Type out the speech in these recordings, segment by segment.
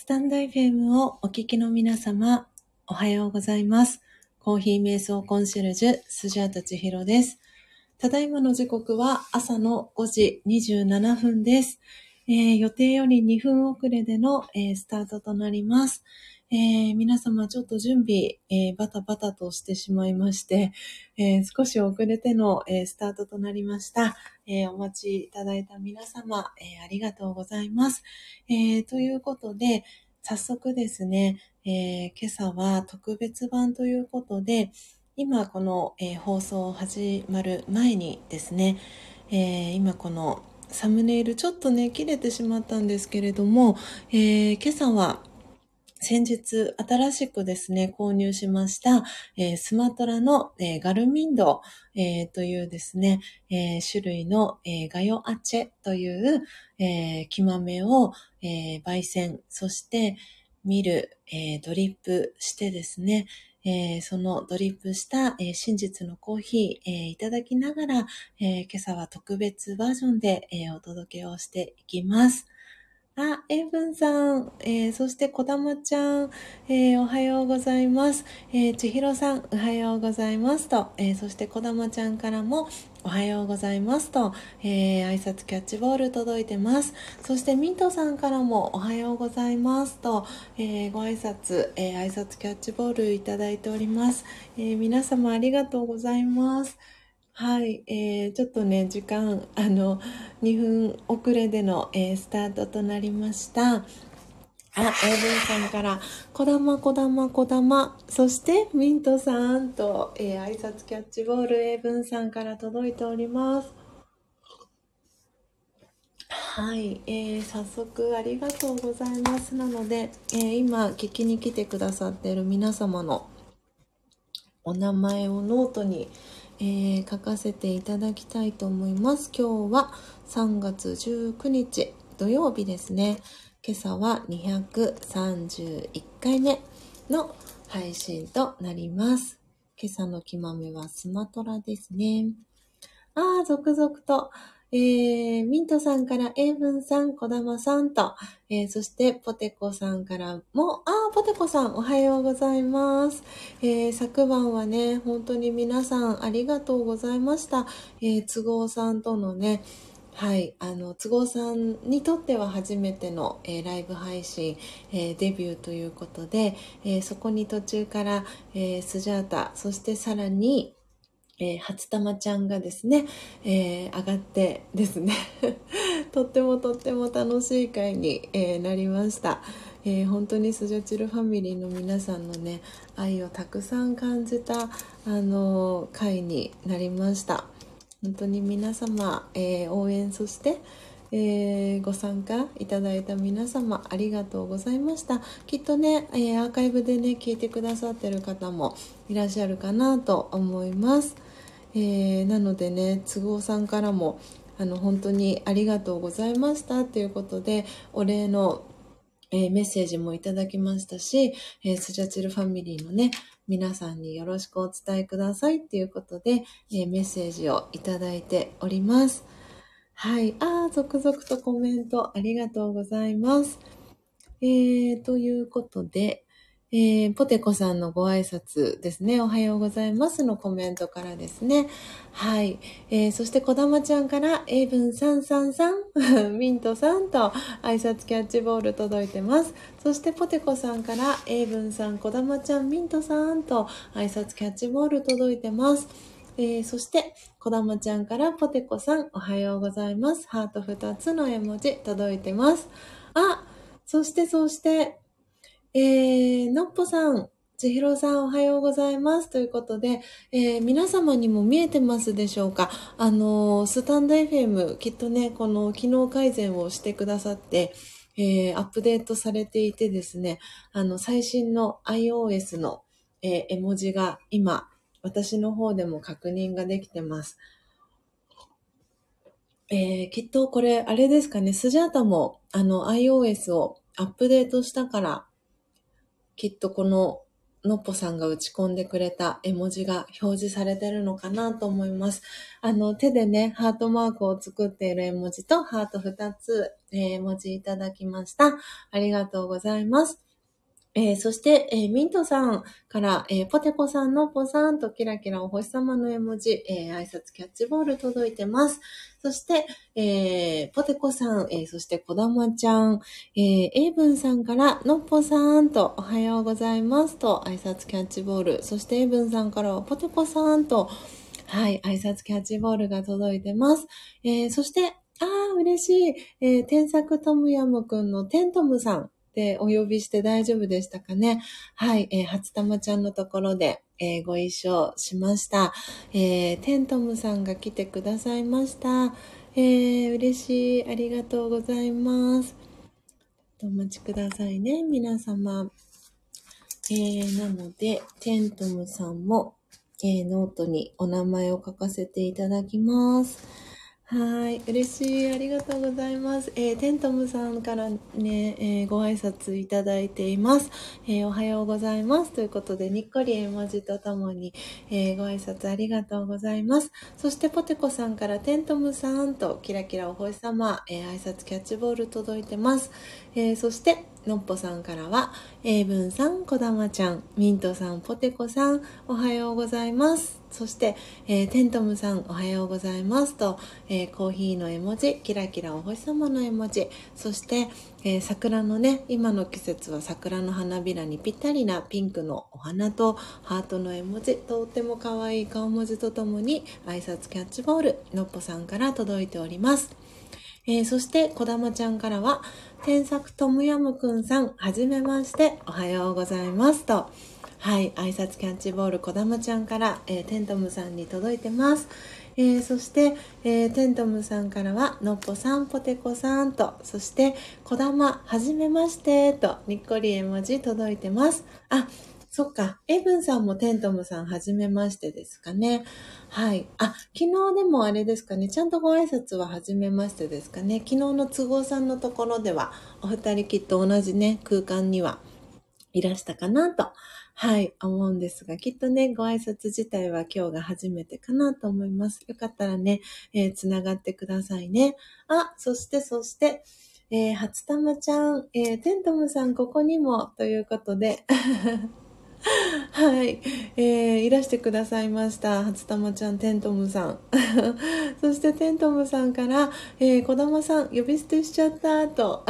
スタンド FM をお聞きの皆様、おはようございます。コーヒー瞑想コンシェルジュ、スジャータ千尋です。ただいまの時刻は朝の5時27分です。予定より2分遅れでの、スタートとなります。皆様ちょっと準備、バタバタとしてしまいまして、少し遅れての、スタートとなりました。お待ちいただいた皆様、ありがとうございます。ということで、早速ですね、今朝は特別版ということで、今この、放送始まる前にですね、今このサムネイルちょっとね切れてしまったんですけれども、今朝は先日新しくですね購入しました、スマトラの、ガルミンド、というですね、種類の、ガヨアチェという、木豆を、焙煎、そしてミル、ドリップしてですね、そのドリップした、真実のコーヒー、いただきながら、今朝は特別バージョンで、お届けをしていきます。エイブンさん、そしてこだまちゃん、おはようございます。ちひろさん、おはようございますと、そしてこだまちゃんからも、おはようございますと、挨拶キャッチボール届いてます。そしてミントさんからも、おはようございますと、ご挨拶、挨拶キャッチボールいただいております。皆様ありがとうございます。はい、ちょっとね、時間、2分遅れでの、スタートとなりました。エイブンさんから、こだま、こだま、こだま、そして、ミントさんと、挨拶キャッチボール、エイブンさんから届いております。はい、早速ありがとうございます。なので、今、聞きに来てくださっている皆様のお名前をノートに、書かせていただきたいと思います。今日は3月19日土曜日ですね。今朝は231回目の配信となります。今朝の木豆はスマトラですね。続々と、ミントさんから、エイブンさん、コダマさんと、そしてポテコさんからも、ポテコさんおはようございます。昨晩はね、本当に皆さんありがとうございました。都合さんとのね、はい、都合さんにとっては初めての、ライブ配信、デビューということで、そこに途中から、スジャータ、そしてさらに、初玉ちゃんがですね、上がってですねとっても楽しい回に、なりました。本当にスジャチルファミリーの皆さんのね愛をたくさん感じた回になりました。本当に皆様、応援そして、ご参加いただいた皆様ありがとうございました。きっとね、アーカイブでね聞いてくださってる方もいらっしゃるかなと思います。なのでね、都合さんからも本当にありがとうございましたということでお礼の、メッセージもいただきましたし、スジャチルファミリーのね皆さんによろしくお伝えくださいということで、メッセージをいただいております。はい、続々とコメントありがとうございます。ということで、ポテコさんのご挨拶ですね。おはようございますのコメントからですね。はい。そしてこだまちゃんから、エイブンさんミントさんと挨拶キャッチボール届いてます。そしてポテコさんから、エイブンさん、こだまちゃん、ミントさんと挨拶キャッチボール届いてます。そして、こだまちゃんからポテコさん、おはようございます。ハート2つの絵文字届いてます。そして、のっぽさん、ちひろさんおはようございます。ということで、皆様にも見えてますでしょうか？スタンド FM、きっとね、この機能改善をしてくださって、アップデートされていてですね、最新の iOS の、絵文字が今、私の方でも確認ができてます。きっとこれ、あれですかね、スジャータも、iOS をアップデートしたから、きっとこののっぽさんが打ち込んでくれた絵文字が表示されてるのかなと思います。手でね、ハートマークを作っている絵文字とハート2つ、絵文字いただきました。ありがとうございます。そして、ミントさんから、ポテコさんのポさんとキラキラお星様の絵文字、挨拶キャッチボール届いてます。そして、ポテコさん、そしてこだまちゃん、エイブンさんからのっぽさんとおはようございますと挨拶キャッチボール。そしてエイブンさんからはポテコさんと、はい、挨拶キャッチボールが届いてます。そして、嬉しい、天作トムヤムくんのテントムさん。でお呼びして大丈夫でしたかね。はい、初玉ちゃんのところで、ご一緒しました。テントムさんが来てくださいました。嬉しい。ありがとうございます。お待ちくださいね、皆様。なので、テントムさんも、ノートにお名前を書かせていただきます。はい、嬉しい。ありがとうございます。テントムさんからね、ご挨拶いただいています。おはようございます。ということで、にっこり絵文字とともに、ご挨拶ありがとうございます。そして、ポテコさんからテントムさんとキラキラお星様、挨拶キャッチボール届いてます。そして、のっぽさんからは、エイブンさん、こだまちゃん、ミントさん、ポテコさん、おはようございます。そして、テントムさん、おはようございますと、コーヒーの絵文字、キラキラお星様の絵文字、そして、桜のね、今の季節は桜の花びらにぴったりなピンクのお花とハートの絵文字、とっても可愛い顔文字とともに挨拶キャッチボール、のっぽさんから届いております。そして、こだまちゃんからは、天作トムヤムくんさん、はじめまして、おはようございますと、はい、挨拶キャッチボール、こだまちゃんから、テントムさんに届いてます。そして、テントムさんからは、のっぽさん、ポテコさんと、そして、こだま、はじめまして、と、にっこり絵文字届いてます。そっか。エブンさんもテントムさんはじめましてですかね。はい。昨日でもあれですかね。ちゃんとご挨拶ははじめましてですかね。昨日の都合さんのところでは、お二人きっと同じね、空間にはいらしたかなと、はい、思うんですが、きっとね、ご挨拶自体は今日が初めてかなと思います。よかったらね、つながってくださいね。そして、初玉ちゃん、テントムさんここにも、ということで、はい、いらしてくださいました。初玉ちゃん、テントムさん。そしてテントムさんから、こだまさん、呼び捨てしちゃったと、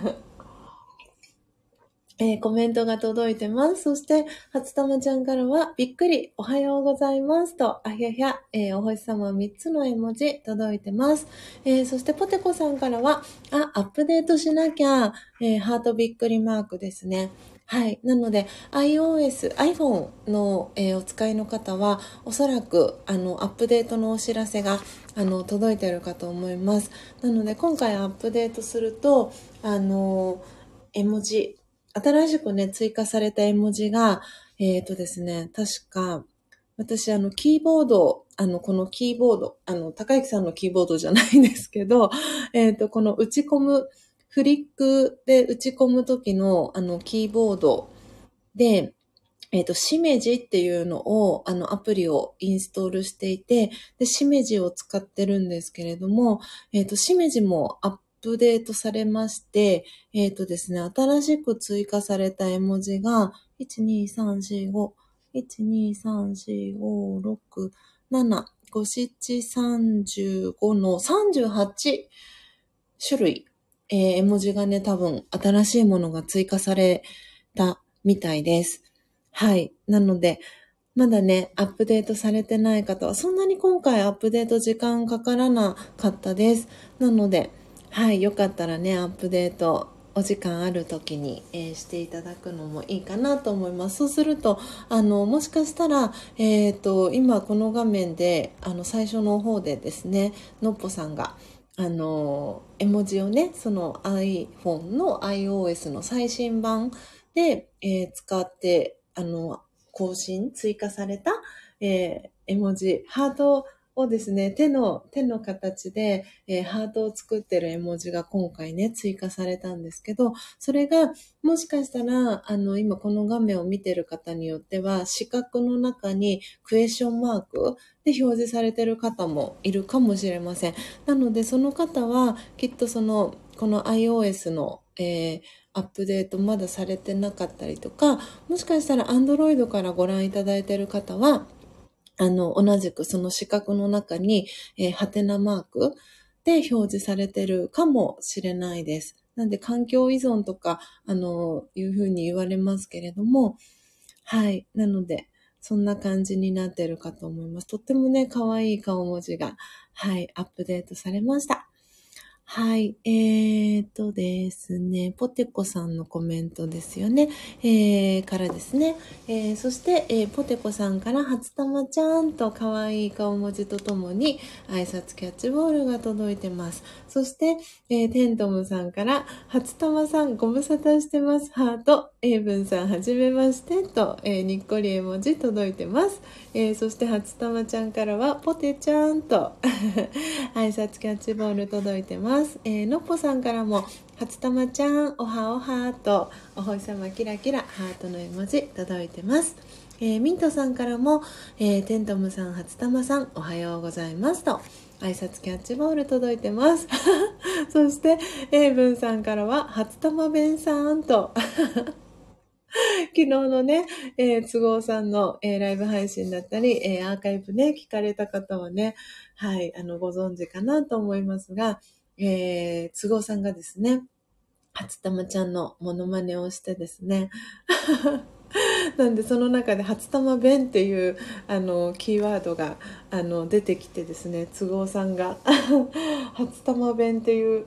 コメントが届いてます。そして、初玉ちゃんからは、びっくり、おはようございますと、あひゃひゃ、お星様3つの絵文字届いてます。そして、ポテコさんからは、アップデートしなきゃ、ハートびっくりマークですね。はい。なので、iPhone の、お使いの方は、おそらく、アップデートのお知らせが、届いているかと思います。なので、今回アップデートすると、絵文字、新しくね、追加された絵文字が、ですね、確か、私、キーボード、このキーボード、高之さんのキーボードじゃないんですけど、この打ち込む、フリックで打ち込むときの、キーボードで、しめじっていうのを、アプリをインストールしていて、で、しめじを使ってるんですけれども、しめじもアップデートされまして、ですね、新しく追加された絵文字が、1,2,3,4,5、1,2,3,4,5,6、7、5、7、35の38種類、絵文字がね、多分新しいものが追加されたみたいです。はい。なので、まだね、アップデートされてない方は、そんなに今回アップデート時間かからなかったです。なので、はい、よかったらね、アップデート、お時間ある時に、していただくのもいいかなと思います。そうすると、もしかしたら、今この画面で、最初の方でですね、のっぽさんが、絵文字をね、その iPhone の iOS の最新版で、使って、追加された、絵文字、ハートをですね、手の形で、ハートを作ってる絵文字が今回ね、追加されたんですけど、それが、もしかしたら、今この画面を見てる方によっては、四角の中にクエスチョンマークで表示されてる方もいるかもしれません。なので、その方は、きっとこの iOS の、アップデートまだされてなかったりとか、もしかしたら Android からご覧いただいている方は、同じくその四角の中に、ハテナマークで表示されてるかもしれないです。なんで環境依存とか、いうふうに言われますけれども、はい。なので、そんな感じになってるかと思います。とってもね、可愛い顔文字が、はい、アップデートされました。はい。ですね、ポテコさんのコメントですよね。からですね。そして、ポテコさんから初玉ちゃんと可愛い顔文字とともに挨拶キャッチボールが届いてます。そして、テントムさんから初玉さんご無沙汰してます。ハート。エイブンさんはじめましてと、にっこり絵文字届いてます。そして初玉ちゃんからはポテちゃんと挨拶キャッチボール届いてます。のっぽさんからも初玉ちゃんおはおはとお星様キラキラハートの絵文字届いてます。ミントさんからも、テントムさん初玉さんおはようございますと挨拶キャッチボール届いてますそしてエイブンさんからは初玉弁さんと昨日のね、都合さんの、ライブ配信だったり、アーカイブね、聞かれた方はね、はい、ご存知かなと思いますが、都合さんがですね、初玉ちゃんのモノマネをしてですね、なんでその中で初玉弁っていうキーワードが出てきてですね、都合さんが初玉弁っていう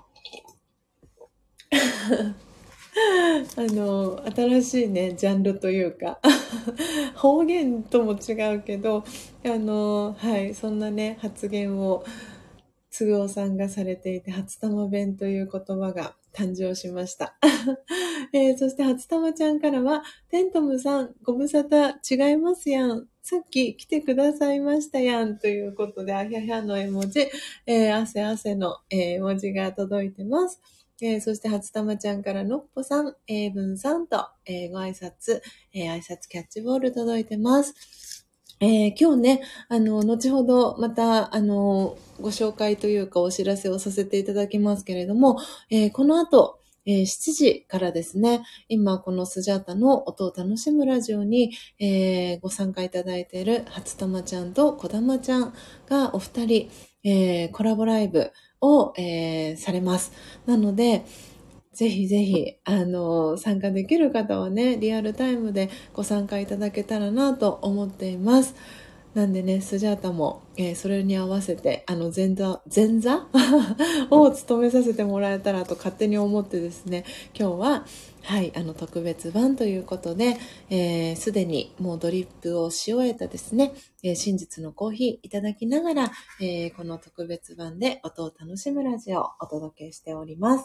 新しいね、ジャンルというか方言とも違うけど、はい、そんなね、発言を、つぐおさんがされていて、初玉弁という言葉が誕生しました。そして、初玉ちゃんからは、テントムさん、ご無沙汰違いますやん。さっき来てくださいましたやん。ということで、あひゃひゃの絵文字、汗汗の、絵文字が届いてます。そして初玉ちゃんからのっぽさん、ぶんさんと、ご挨拶、挨拶キャッチボール届いてます。今日ね、後ほどまた、ご紹介というかお知らせをさせていただきますけれども、この後、7時からですね、今このスジャータの音を楽しむラジオに、ご参加いただいている初玉ちゃんとこだまちゃんがお二人、コラボライブを、されます。なので、ぜひぜひ、参加できる方はね、リアルタイムでご参加いただけたらなと思っています。なんでね、スジャータも、それに合わせて、前座を務めさせてもらえたらと勝手に思ってですね、今日は、はい、特別版ということで、すでにもうドリップをし終えたですね、真実のコーヒーいただきながら、この特別版で音を楽しむラジオをお届けしております。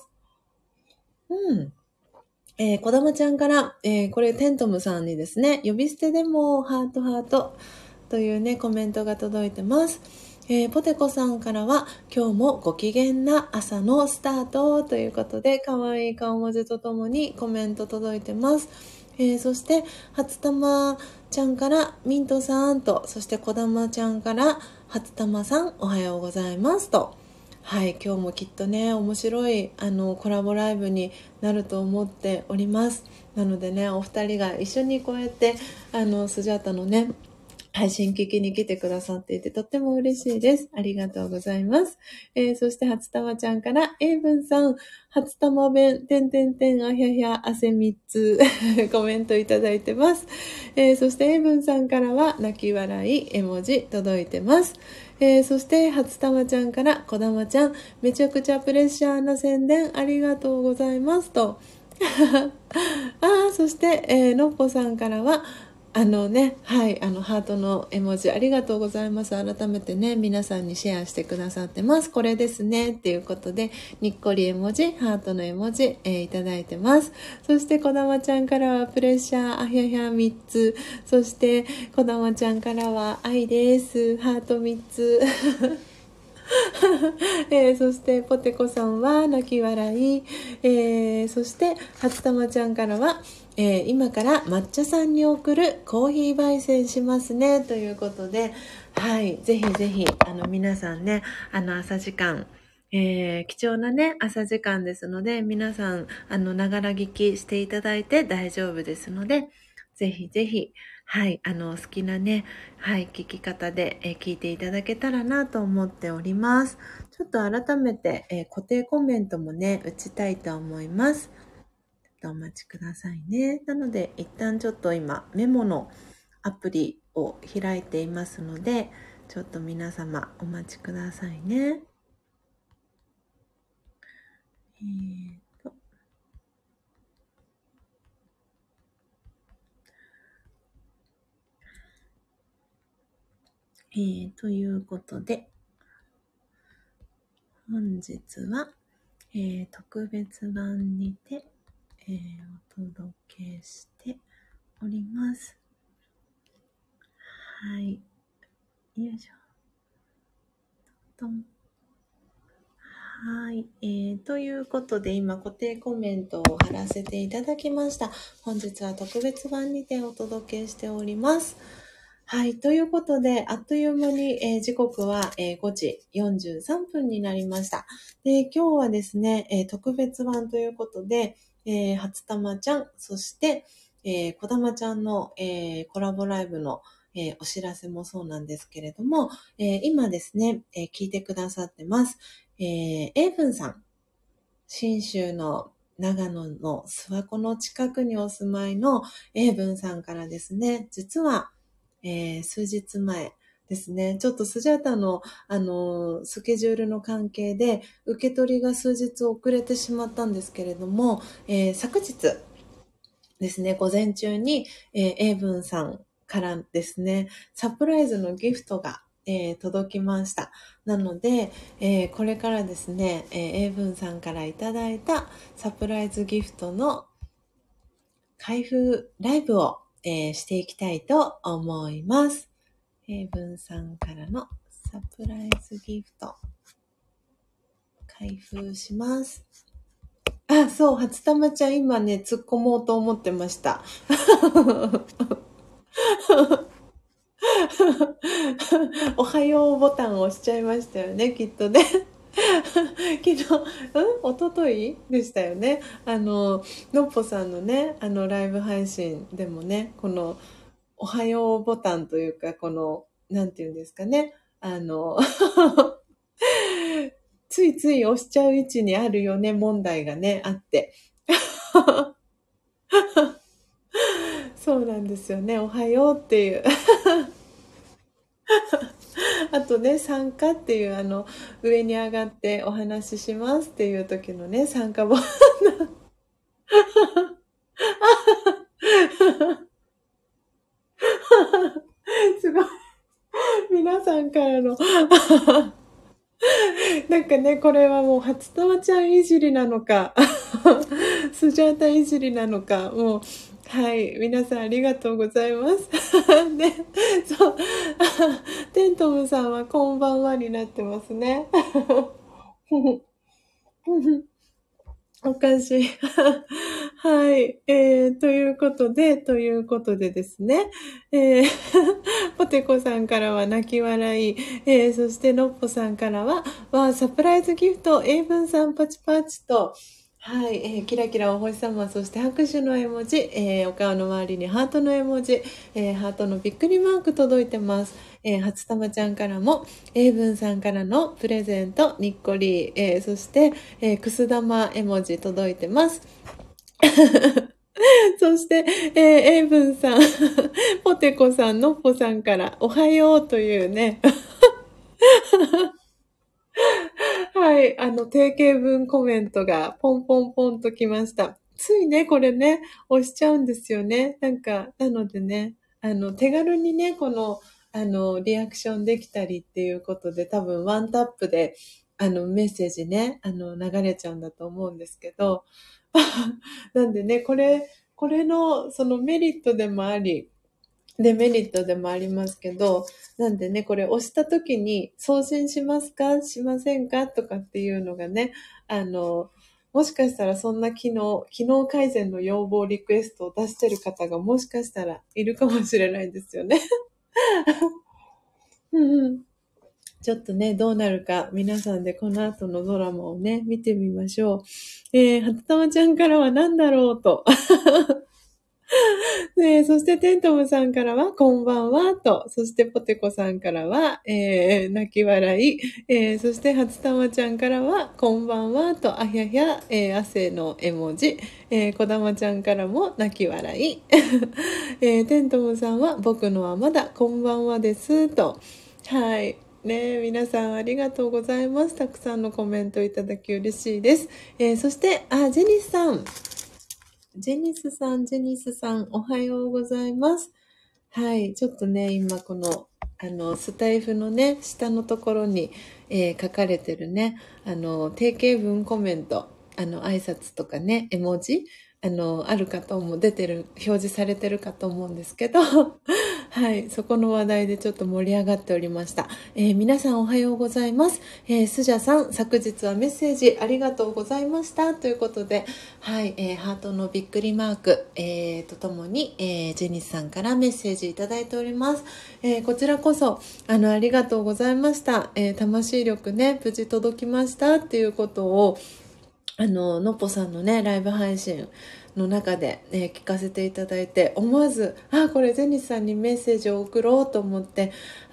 こだまちゃんから、これテントムさんにですね、呼び捨てでもハートハートというね、コメントが届いてます。ポテコさんからは、今日もご機嫌な朝のスタートということで、可愛い顔文字とともにコメント届いてます。そして、初玉ちゃんからミントさんと、そしてこだまちゃんから初玉さんおはようございますと、はい、今日もきっとね、面白いコラボライブになると思っております。なのでね、お二人が一緒にこうやってスジャータのね、配信聞きに来てくださっていてとっても嬉しいです。ありがとうございます。そして初玉ちゃんからエイブンさん、初玉弁、てんてんてん、あひゃひゃ、汗3つコメントいただいてます。そしてエイブンさんからは泣き笑い絵文字届いてます。そして初玉ちゃんからこだまちゃん、めちゃくちゃプレッシャーな宣伝ありがとうございますとそして、のっぽさんからははい、ハートの絵文字ありがとうございます。改めてね、皆さんにシェアしてくださってます。これですね、っていうことで、にっこり絵文字、ハートの絵文字、いただいてます。そして、こだまちゃんからはプレッシャー、あひゃひゃ3つ。そして、こだまちゃんからは愛です。ハート3つ。そしてポテコさんは泣き笑い、そして初玉ちゃんからは、今から抹茶さんに送るコーヒー焙煎しますねということで、はい、ぜひぜひ皆さんね、朝時間、貴重なね朝時間ですので、皆さんながら聞きしていただいて大丈夫ですので、ぜひぜひ、はい、好きなね、はい、聞き方で、聞いていただけたらなと思っております。ちょっと改めて、固定コメントもね、打ちたいと思います。ちょっとお待ちくださいね。なので、一旦ちょっと今、メモのアプリを開いていますので、ちょっと皆様お待ちくださいね。ということで、本日は、特別版にて、お届けしております。はい。よいしょ。はい。ということで、今、固定コメントを貼らせていただきました。本日は特別版にてお届けしております。はい。ということで、あっという間に、時刻は、5時43分になりました。で、今日はですね、特別版ということで、初玉ちゃん、そして、こだまちゃんの、コラボライブの、お知らせもそうなんですけれども、今ですね、聞いてくださってます。エイブンさん、信州の長野の諏訪湖の近くにお住まいのエイブンさんからですね、実は、数日前ですね、ちょっとスジャータの、スケジュールの関係で受け取りが数日遅れてしまったんですけれども、昨日ですね、午前中に、エイブンさんからですね、サプライズのギフトが、届きました。なので、これからですね、エイブンさんからいただいたサプライズギフトの開封ライブを、していきたいと思います。エイブンさんからのサプライズギフト開封します。あ、そう、初玉ちゃん今ね、突っ込もうと思ってました。おはようボタンを押しちゃいましたよね、きっとね。昨日、一昨日でしたよね。のっぽさんのね、ライブ配信でもね、この、おはようボタンというか、この、なんていうんですかね。ついつい押しちゃう位置にあるよね、問題がね、あって。そうなんですよね。おはようっていう。あとね、参加っていう上に上がってお話ししますっていう時のね、参加ボタン。すごい。皆さんからのなんかね、これはもう初玉ちゃんいじりなのか、スジャータいじりなのか、もう、はい、皆さんありがとうございます。で、そう、テントムさんはこんばんはになってますね。おかしい。はい。ということでですね。ポテコさんからは泣き笑い。そしてのっぽさんからは、サプライズギフト、英文さんパチパチと、はい、キラキラお星様、そして拍手の絵文字、お顔の周りにハートの絵文字、ハートのびっくりマーク届いてます。初玉ちゃんからも、英文さんからのプレゼント、にっこり、そして、くす玉絵文字届いてます。そして、英文さん、ポテコさん、のっぽさんから、おはようというね、はい、定型文コメントがポンポンポンと来ました。ついね、これね、押しちゃうんですよね。なんか、なのでね、 手軽にね、この、リアクションできたりっていうことで、多分ワンタップで、メッセージね、流れちゃうんだと思うんですけど、なんでね、これの、そのメリットでもあり、デメリットでもありますけど、なんでね、これ押した時に送信しますかしませんかとかっていうのがね、もしかしたらそんな機能改善の要望リクエストを出してる方がもしかしたらいるかもしれないんですよね。うんうん。ちょっとね、どうなるか皆さんでこの後のドラマをね、見てみましょう。はたたまちゃんからは何だろうと。そしてテントムさんからは、こんばんは、と。そしてポテコさんからは、泣き笑い。そして初玉ちゃんからは、こんばんは、と、あひゃひゃ、汗の絵文字。こだまちゃんからも泣き笑い。テントムさんは、僕のはまだ、こんばんはです、と。はい。ね皆さんありがとうございます。たくさんのコメントいただき嬉しいです。そして、ジェニスさん。ジェニスさん、おはようございます。はい、ちょっとね、今この、スタイフのね、下のところに、書かれてるね、定型文コメント、挨拶とかね、絵文字、あるかと思う、表示されてるかと思うんですけど、はい、そこの話題でちょっと盛り上がっておりました。皆さんおはようございます。スジャさん、昨日はメッセージありがとうございました。ということで、はい、ハートのびっくりマーク、とともに、ジェニスさんからメッセージいただいております。こちらこそ、ありがとうございました。魂力ね、無事届きましたっていうことを、のっぽさんのね、ライブ配信の中で、聞かせていただいて、思わず、これジェニスさんにメッセージを送ろうと思って、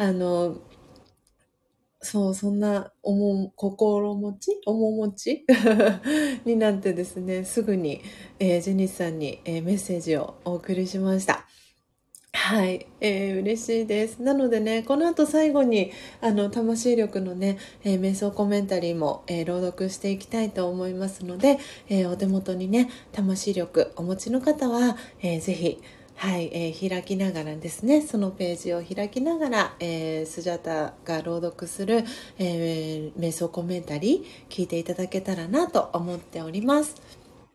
そう、そんな面持ちになってですね、すぐに、ジェニスさんに、メッセージをお送りしました。はい、嬉しいです。なのでね、この後最後に、魂力のね、瞑想コメンタリーも、朗読していきたいと思いますので、お手元にね、魂力お持ちの方は、ぜひ、はい、開きながらですね、そのページを開きながら、スジャタが朗読する、瞑想コメンタリー、聞いていただけたらなと思っております。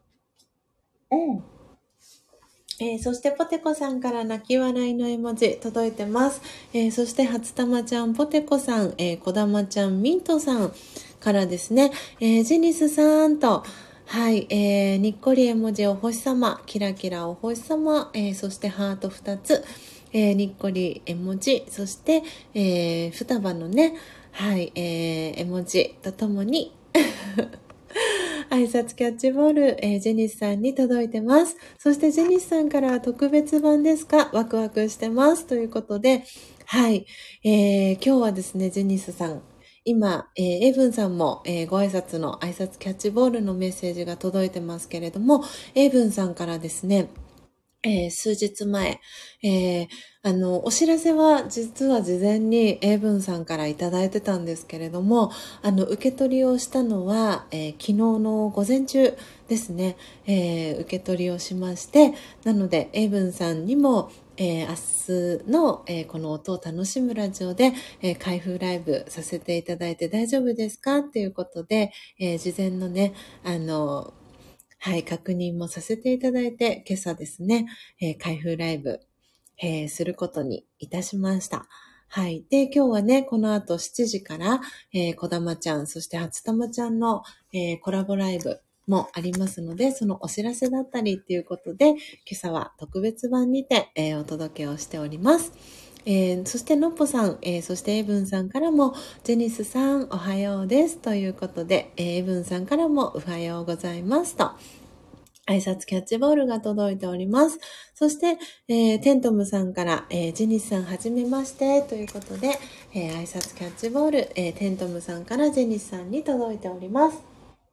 そしてポテコさんから泣き笑いの絵文字届いてます。そして初玉ちゃん、ポテコさん、こだまちゃん、ミントさんからですね、ジェニスさんと、はい、にっこり絵文字お星様、キラキラお星様、そしてハート2つ、にっこり絵文字、そして、双葉のね、はい、絵文字とともに、挨拶キャッチボール、ジェニスさんに届いてます。そしてジェニスさんからは特別版ですか？ワクワクしてます。ということで、はい。今日はですね、ジェニスさん、今、エイブンさんも、ご挨拶の挨拶キャッチボールのメッセージが届いてますけれども、エイブンさんからですね、数日前、お知らせは実は事前に英文さんからいただいてたんですけれども、受け取りをしたのは、昨日の午前中ですね、受け取りをしまして、なので、英文さんにも、明日の、この音を楽しむラジオで、開封ライブさせていただいて大丈夫ですかっていうことで、事前のね、はい、確認もさせていただいて、今朝ですね、開封ライブ、することにいたしました。はい。で、今日はね、この後7時から、こだまちゃん、そして初玉ちゃんの、コラボライブもありますので、そのお知らせだったりっていうことで、今朝は特別版にて、お届けをしております。そしてのっぽさん、そしてエイブンさんからもジェニスさんおはようですということで、エイブンさんからもおはようございますと挨拶キャッチボールが届いております。そして、テントムさんから、ジェニスさんはじめましてということで、挨拶キャッチボール、テントムさんからジェニスさんに届いております。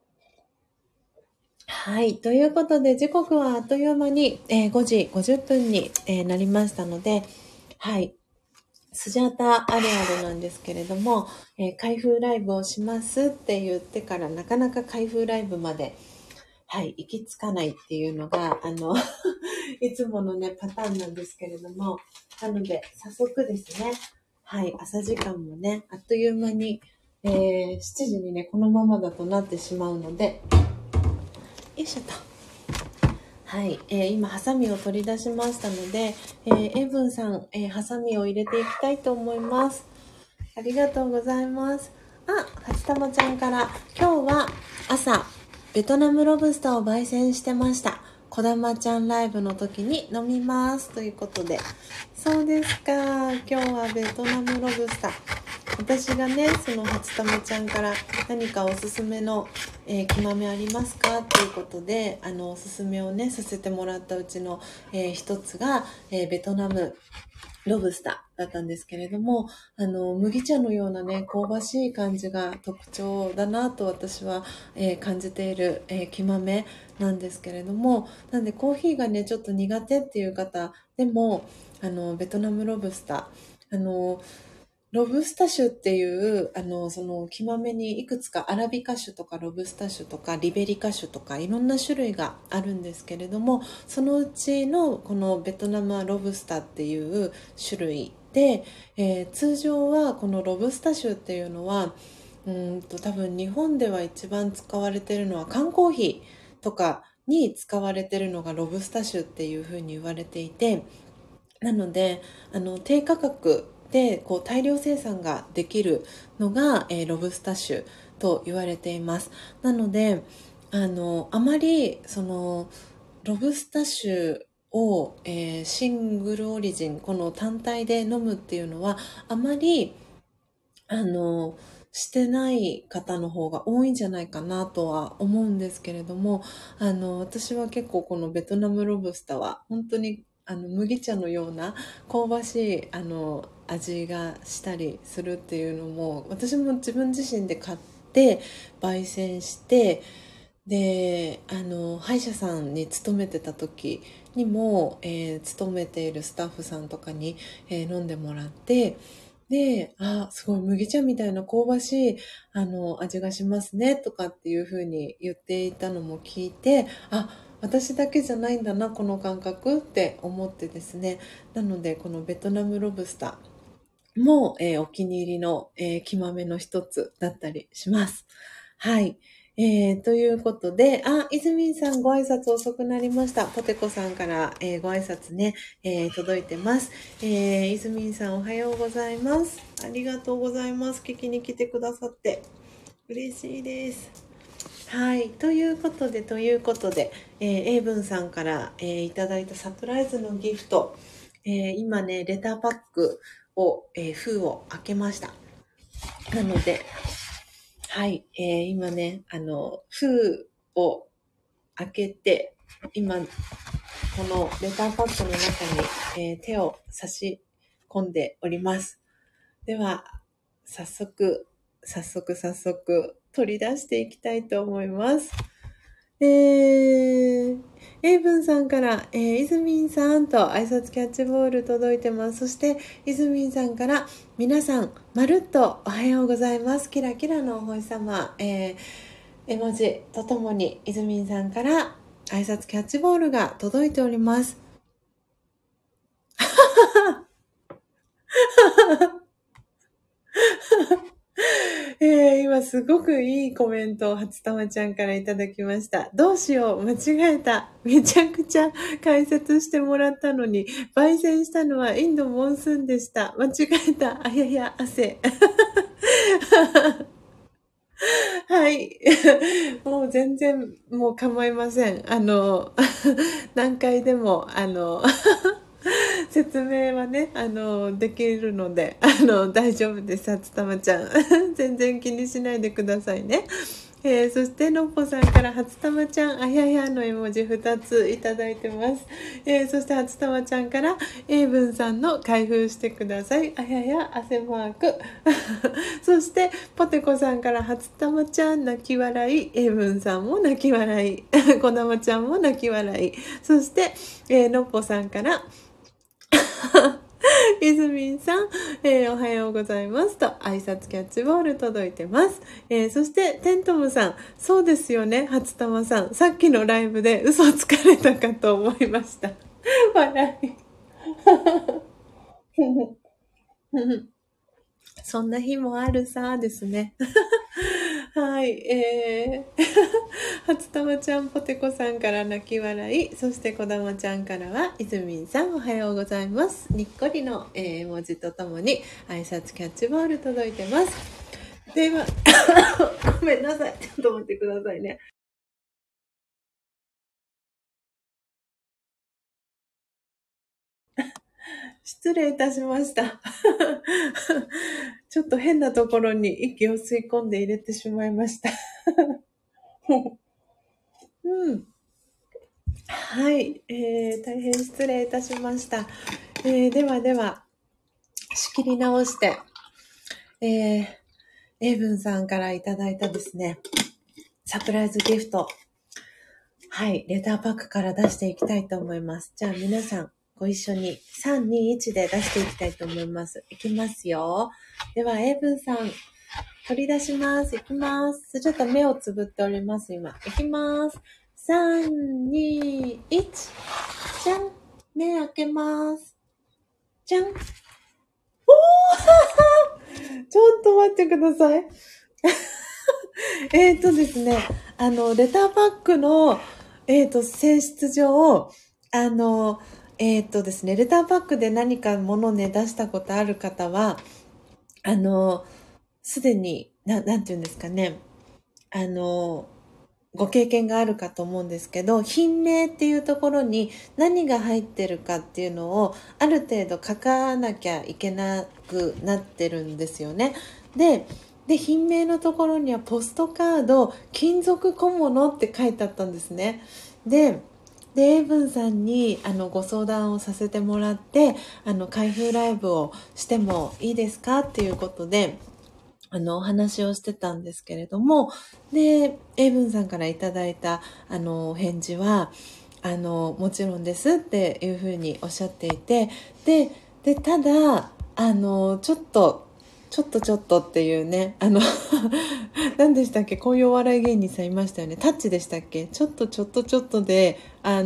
はい。ということで、時刻はあっという間に、5時50分に、なりましたので、はい。スジャータあるあるなんですけれども、開封ライブをしますって言ってからなかなか開封ライブまで、はい、行き着かないっていうのが、 いつものね、パターンなんですけれども、なので、早速ですね、はい、朝時間もね、あっという間に、7時にね、このままだとなってしまうので、よいしょと。はい、今、ハサミを取り出しましたので、エイブンさん、ハサミを入れていきたいと思います。ありがとうございます。初玉ちゃんから、今日は朝、ベトナムロブスターを焙煎してました。こだまちゃんライブの時に飲みますということで。そうですか。今日はベトナムロブスター。私がね、その初玉ちゃんから何かおすすめの、木豆ありますかということで、おすすめをね、させてもらったうちの、一つが、ベトナムロブスターだったんですけれども、麦茶のようなね、香ばしい感じが特徴だなと私は、感じている、木豆なんですけれども、なんでコーヒーがね、ちょっと苦手っていう方でも、ベトナムロブスター、ロブスタ種っていう、その木豆にいくつかアラビカ種とかロブスタ種とかリベリカ種とかいろんな種類があるんですけれども、そのうちのこのベトナムロブスタっていう種類で、通常はこのロブスタ種っていうのは多分日本では一番使われているのは缶コーヒーとかに使われているのがロブスタ種っていうふうに言われていて、なので低価格でこう大量生産ができるのが、ロブスタ種と言われています。なのであまりそのロブスタ種を、シングルオリジンこの単体で飲むっていうのはあまりしてない方の方が多いんじゃないかなとは思うんですけれども、私は結構このベトナムロブスターは本当に麦茶のような香ばしい味がしたりするっていうのも、私も自分自身で買って焙煎して、で歯医者さんに勤めてた時にも、勤めているスタッフさんとかに、飲んでもらって、で、すごい麦茶みたいな香ばしい、味がしますね、とかっていう風に言っていたのも聞いて、私だけじゃないんだな、この感覚って思ってですね。なので、このベトナムロブスターも、お気に入りの、木豆の一つだったりします。はい。ということで、泉さんご挨拶遅くなりました。ポテコさんから、ご挨拶ね、届いてます。泉さんおはようございます。ありがとうございます。聞きに来てくださって。嬉しいです。はい。ということで、エイブンさんから、いただいたサプライズのギフト、今ね、レターパックを、封を開けました。なので、はい、今ね、封を開けて、今、このレターパックの中に、手を差し込んでおります。では、早速、取り出していきたいと思います。エイブンさんから、イズミンさんと挨拶キャッチボール届いてます。そして、イズミンさんから、皆さん、まるっとおはようございます。キラキラのお星様、絵文字とともに、イズミンさんから挨拶キャッチボールが届いております。今すごくいいコメントを初玉ちゃんからいただきました。どうしよう、間違えた。めちゃくちゃ解説してもらったのに、焙煎したのはインドモンスーンでした。間違えた。あやや、汗。はい。もう全然、もう構いません。何回でも、説明はね、できるので、大丈夫です、初玉ちゃん。全然気にしないでくださいね。そして、のっぽさんから初玉ちゃん、あややの絵文字2ついただいてます。そして、初玉ちゃんから、英文さんの開封してください。あやや汗マーク。そして、ポテコさんから初玉ちゃん泣き笑い。英文さんも泣き笑い。こなまちゃんも泣き笑い。そして、のっぽさんから、イズミンさん、おはようございますと挨拶キャッチボール届いてます。そしてテントムさん、そうですよね、初玉さん、さっきのライブで嘘つかれたかと思いました。 笑い。そんな日もあるさですね。はい。初玉ちゃんぽてこさんから泣き笑い。そしてこだまちゃんからは、いずみんさんおはようございます。にっこりの、絵文字とともに挨拶キャッチボール届いてます。では、ごめんなさい。ちょっと待ってくださいね。失礼いたしました。ちょっと変なところに息を吸い込んで入れてしまいました。うん。はい、大変失礼いたしました。ではでは、仕切り直して、エイブンさんからいただいたですね、サプライズギフト、はい、レターパックから出していきたいと思います。じゃあ皆さん、ご一緒に3、2、1で出していきたいと思います。いきますよ。では、エイブンさん、取り出します。いきます。ちょっと目をつぶっております、今。いきます。3、2、1。じゃん。目開けます。じゃん。おーちょっと待ってください。ですね、レターパックの、性質上、ですね、レターパックで何か物をね、出したことある方は、すでに、なんて言うんですかね、ご経験があるかと思うんですけど、品名っていうところに何が入ってるかっていうのをある程度書かなきゃいけなくなってるんですよね。で、品名のところにはポストカード、金属小物って書いてあったんですね。で、エイブンさんにご相談をさせてもらって、開封ライブをしてもいいですかっていうことで、お話をしてたんですけれども、で、エイブンさんからいただいた、お返事は、もちろんですっていうふうにおっしゃっていて、で、ただ、ちょっとっていうね、何でしたっけ、こういうお笑い芸人さんいましたよね。タッチでしたっけ、ちょっとで、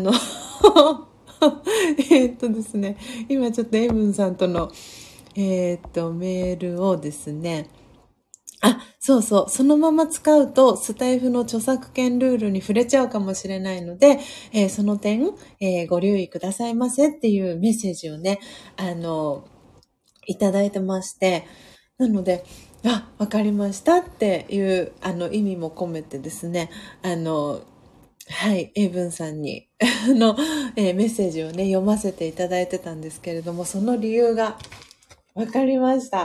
ですね、今ちょっとエイブンさんとの、メールをですね、そうそう。そのまま使うと、スタイフの著作権ルールに触れちゃうかもしれないので、その点、ご留意くださいませっていうメッセージをね、いただいてまして、なので、わかりましたっていう、意味も込めてですね、はい、英文さんに、メッセージをね、読ませていただいてたんですけれども、その理由がわかりました。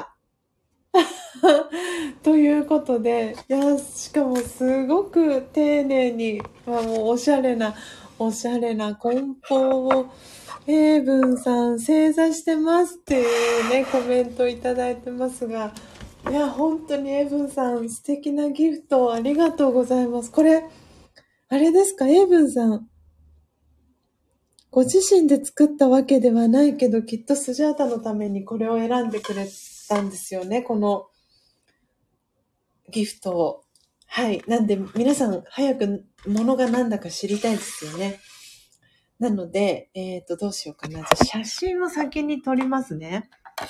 ということで、いや、しかもすごく丁寧に、もうおしゃれな梱包を、英文さん正座してますっていうね、コメントいただいてますが、いや、本当に英文さん素敵なギフトありがとうございます。これ、あれですか、英文さん。ご自身で作ったわけではないけど、きっとスジャータのためにこれを選んでくれたんですよね、このギフトを。はい。なんで、皆さん、早く物が何だか知りたいですよね。なので、どうしようかな。じゃあ写真を先に撮りますね。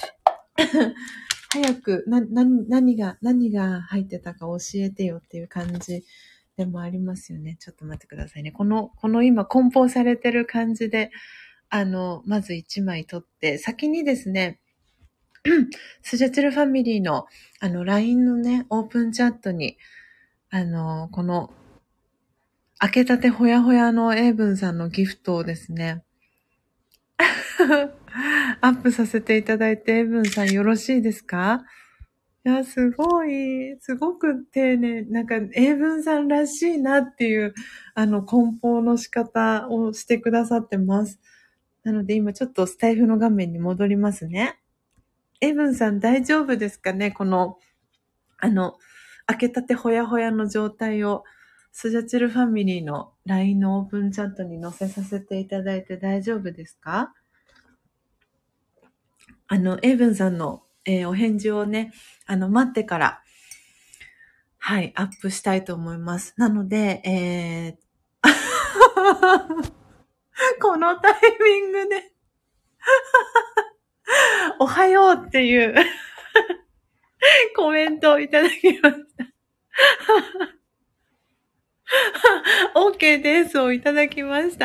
早く、何が入ってたか教えてよっていう感じでもありますよね。ちょっと待ってくださいね。この今、梱包されてる感じで、まず1枚撮って、先にですね、スジャチルファミリーの、LINE のね、オープンチャットに、この、開けたてほやほやのエイブンさんのギフトをですね、アップさせていただいて、エイブンさんよろしいですか？いや、すごく丁寧、なんか、エイブンさんらしいなっていう、梱包の仕方をしてくださってます。なので、今ちょっとスタイフの画面に戻りますね。エイブンさん大丈夫ですかね？この、開けたてほやほやの状態を、スジャチルファミリーの LINE のオープンチャットに載せさせていただいて大丈夫ですか？エイブンさんの、お返事をね、待ってから、はい、アップしたいと思います。なので、 このタイミングで、おはようっていうコメントをいただきました。OK ですをいただきました。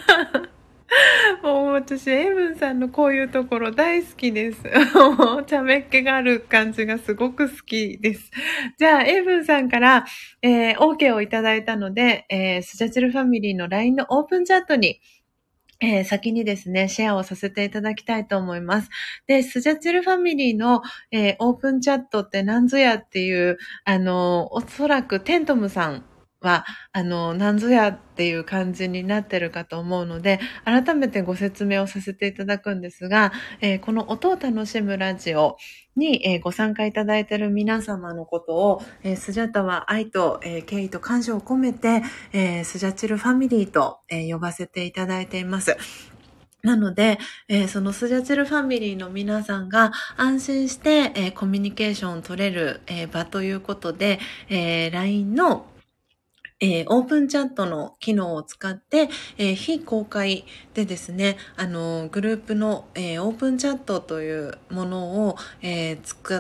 もう私、エイブンさんのこういうところ大好きです。もう、茶目っ気がある感じがすごく好きです。じゃあ、エイブンさんから、OK をいただいたので、スジャチルファミリーの LINE のオープンチャットに、先にですね、シェアをさせていただきたいと思います。で、スジャチルファミリーの、オープンチャットって何ぞやっていう、おそらくテントムさんは、何ぞやっていう感じになってるかと思うので、改めてご説明をさせていただくんですが、この音を楽しむラジオに、ご参加いただいている皆様のことを、スジャタは愛と、敬意と感謝を込めて、スジャチルファミリーと、呼ばせていただいています。なので、そのスジャチルファミリーの皆さんが安心して、コミュニケーションを取れる、場ということで、LINE のオープンチャットの機能を使って、非公開でですね、グループの、オープンチャットというものを、使って、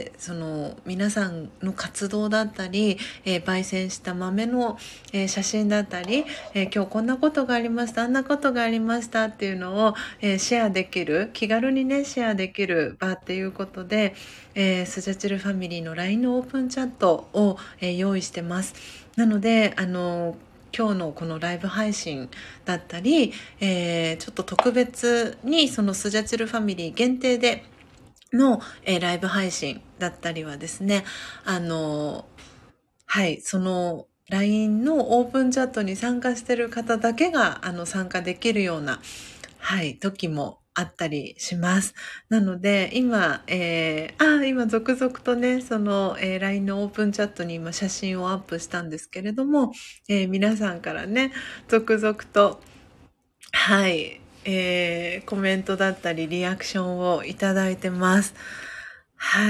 皆さんの活動だったり、焙煎した豆の、写真だったり、今日こんなことがありました、あんなことがありましたっていうのを、シェアできる、気軽にね、シェアできる場っていうことで、スジャチルファミリーの LINE のオープンチャットを、用意してます。なので、今日のこのライブ配信だったり、ちょっと特別にそのスジャチルファミリー限定での、ライブ配信だったりはですね、はい、その LINE のオープンチャットに参加している方だけが参加できるような、はい、時もあったりします。なので、今、今続々とね、その、LINE のオープンチャットに今写真をアップしたんですけれども、皆さんからね、続々と、はい、コメントだったりリアクションをいただいてます。はい。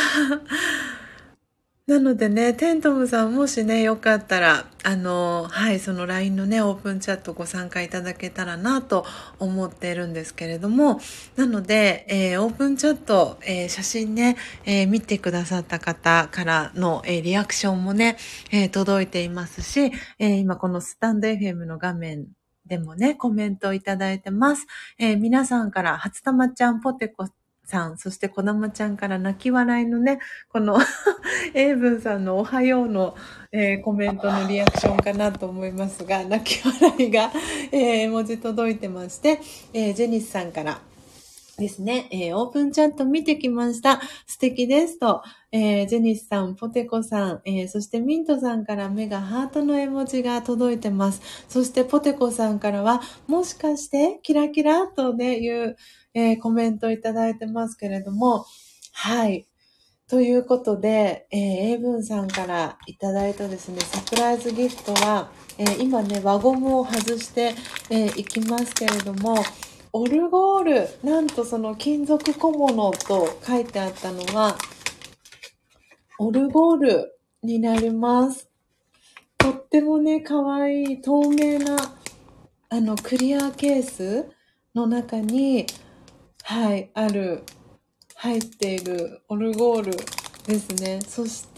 なのでね、テントムさんもしね、よかったら、はい、その LINE のね、オープンチャットご参加いただけたらなと思っているんですけれども、なので、オープンチャット、写真ね、見てくださった方からの、リアクションもね、届いていますし、今このスタンド FM の画面でもね、コメントをいただいてます。皆さんから、初玉ちゃん、ポテコさん、そしてこだまちゃんから泣き笑いのね、このエイブンさんのおはようの、コメントのリアクションかなと思いますが、泣き笑いが、文字届いてまして、ジェニスさんからですね、オープンチャット見てきました。素敵ですと、ジェニスさん、ポテコさん、そしてミントさんから目がハートの絵文字が届いてます。そしてポテコさんからは、もしかしてキラキラとね、いう、コメントいただいてますけれども、はい。ということで、エイブンさんからいただいたですね、サプライズギフトは、今ね、輪ゴムを外して、いきますけれども、オルゴール、なんとその金属小物と書いてあったのは、オルゴールになります。とってもね、かわいい透明な、クリアケースの中に、はい、入っているオルゴールですね。そして、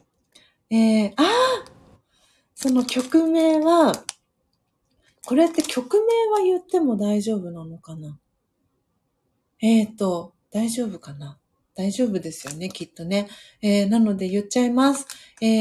その曲名は、これって曲名は言っても大丈夫なのかな？大丈夫かな？大丈夫ですよね、きっとね。なので言っちゃいます。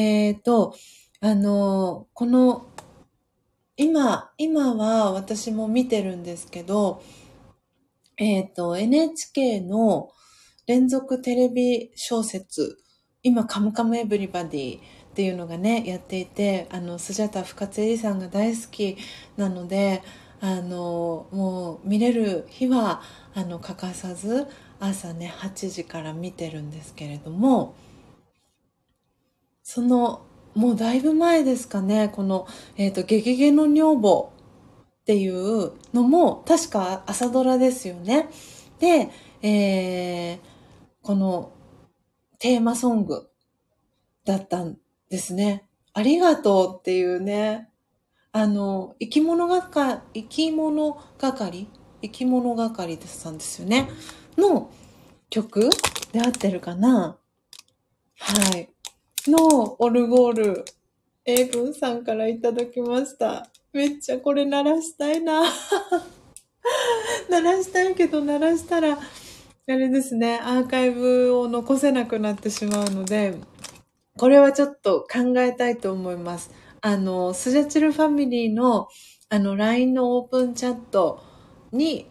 この、今は私も見てるんですけど、NHK の連続テレビ小説、今、カムカムエヴリバディっていうのがね、やっていて、スジャタ深津絵里さんが大好きなので、もう見れる日は、欠かさず、朝ね、8時から見てるんですけれども、もうだいぶ前ですかね、この、ゲゲゲの女房っていうのも、確か朝ドラですよね。で、このテーマソングだったんですね。ありがとうっていうね。 生き物係さんですよね。の曲で合ってるかな？はい。のオルゴール、英文さんからいただきました。めっちゃこれ鳴らしたいな。鳴らしたいけど鳴らしたら、あれですね、アーカイブを残せなくなってしまうので、これはちょっと考えたいと思います。スジャチルファミリーの、LINE のオープンチャットに、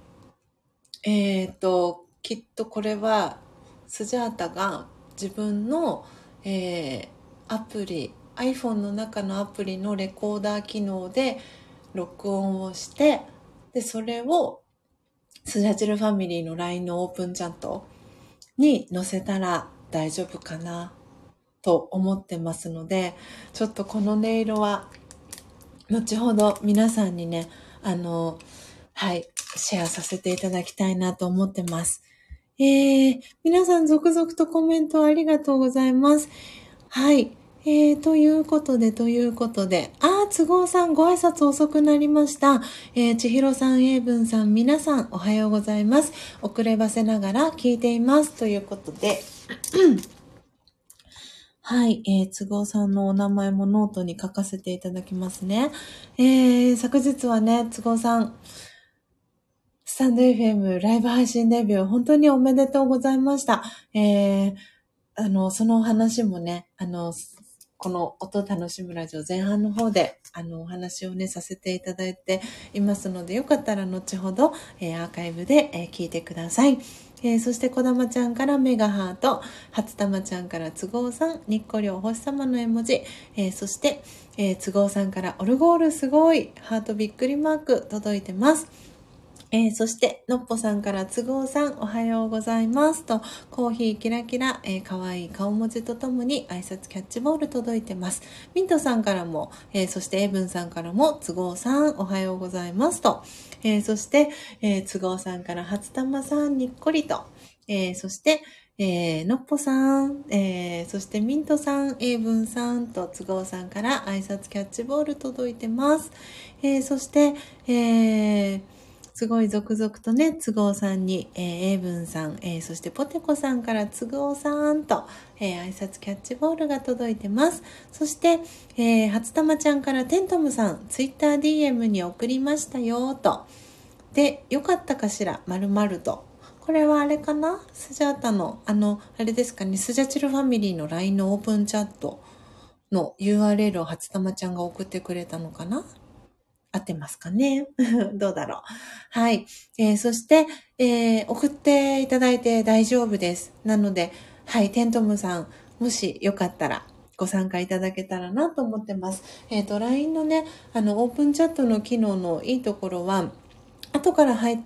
きっとこれは、スジャータが自分の、アプリ、iPhone の中のアプリのレコーダー機能で録音をして、で、それをスジャチルファミリーの LINE のオープンチャットに載せたら大丈夫かなと思ってますので、ちょっとこの音色は後ほど皆さんにね、はい、シェアさせていただきたいなと思ってます。皆さん続々とコメントありがとうございます。はい。ということで、都合さんご挨拶遅くなりました。千尋さん、英文さん、皆さんおはようございます。遅ればせながら聞いています。ということで、はい、都合さんのお名前もノートに書かせていただきますね。昨日はね、都合さん、スタンド FM ライブ配信デビュー、本当におめでとうございました。そのお話もね、この音楽しむラジオ前半の方で、お話をね、させていただいていますので、よかったら後ほど、アーカイブで、聞いてください。そして、こだまちゃんからメガハート、初玉ちゃんから都合さん、にっこりお星様の絵文字、そして、都合さんからオルゴールすごい、ハートびっくりマーク届いてます。そして、のっぽさんから都合さんおはようございますと、コーヒーキラキラ、かわいい顔文字とともに挨拶キャッチボール届いてます。ミントさんからも、そしてエブンさんからも都合さんおはようございますと、そして、都合さんから初玉さんにっこりと、そして、のっぽさん、そしてミントさん、エイブンさんと都合さんから挨拶キャッチボール届いてます。そして、すごい続々とね、都合さんに、英文さん、そしてポテコさんから都合さんと、挨拶キャッチボールが届いてます。そして、初玉ちゃんからテントムさん、ツイッター DM に送りましたよ、と。で、よかったかしら、〇〇と。これはあれかな？スジャータの、あれですかね、スジャチルファミリーの LINE のオープンチャットの URL を初玉ちゃんが送ってくれたのかな？合ってますかね？どうだろう。はい。そして、送っていただいて大丈夫です。なので、はい、テントムさん、もしよかったらご参加いただけたらなと思ってます。LINE のね、オープンチャットの機能のいいところは、後から入って、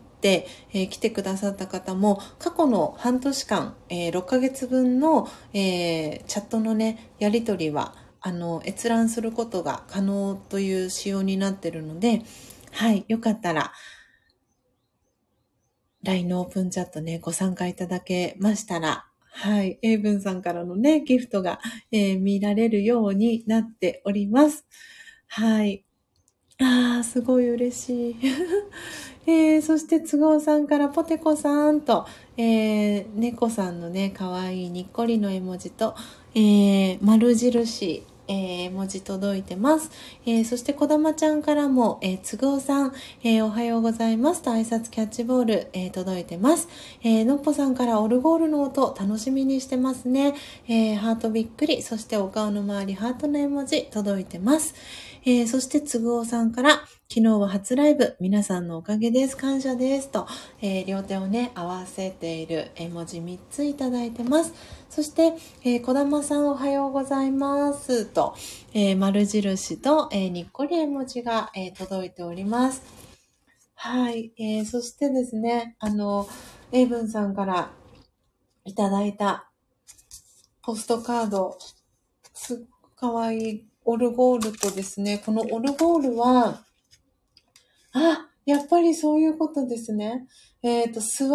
来てくださった方も、過去の半年間、6ヶ月分の、チャットのね、やり取りは、閲覧することが可能という仕様になっているので、はい、よかったら、LINE のオープンチャットね、ご参加いただけましたら、はい、英文さんからのね、ギフトが、見られるようになっております。はい。すごい嬉しい。そして都合さんからポテコさんと、猫さんのね、かわいいにっこりの絵文字と、丸印、絵文字届いてます。そしてこだまちゃんからも、都合さん、おはようございますと挨拶キャッチボール、届いてます。のっぽさんからオルゴールの音楽しみにしてますね。ハートびっくり、そしてお顔の周りハートの絵文字届いてます。そしてつぐおさんから昨日は初ライブ皆さんのおかげです感謝ですと、両手をね合わせている絵文字3ついただいてます。そして、こだまさんおはようございますと、丸印と、にっこり絵文字が、届いております。はい、そしてですねエイブンさんからいただいたポストカードすっごくかわいいオルゴールとですね、このオルゴールは、やっぱりそういうことですね。諏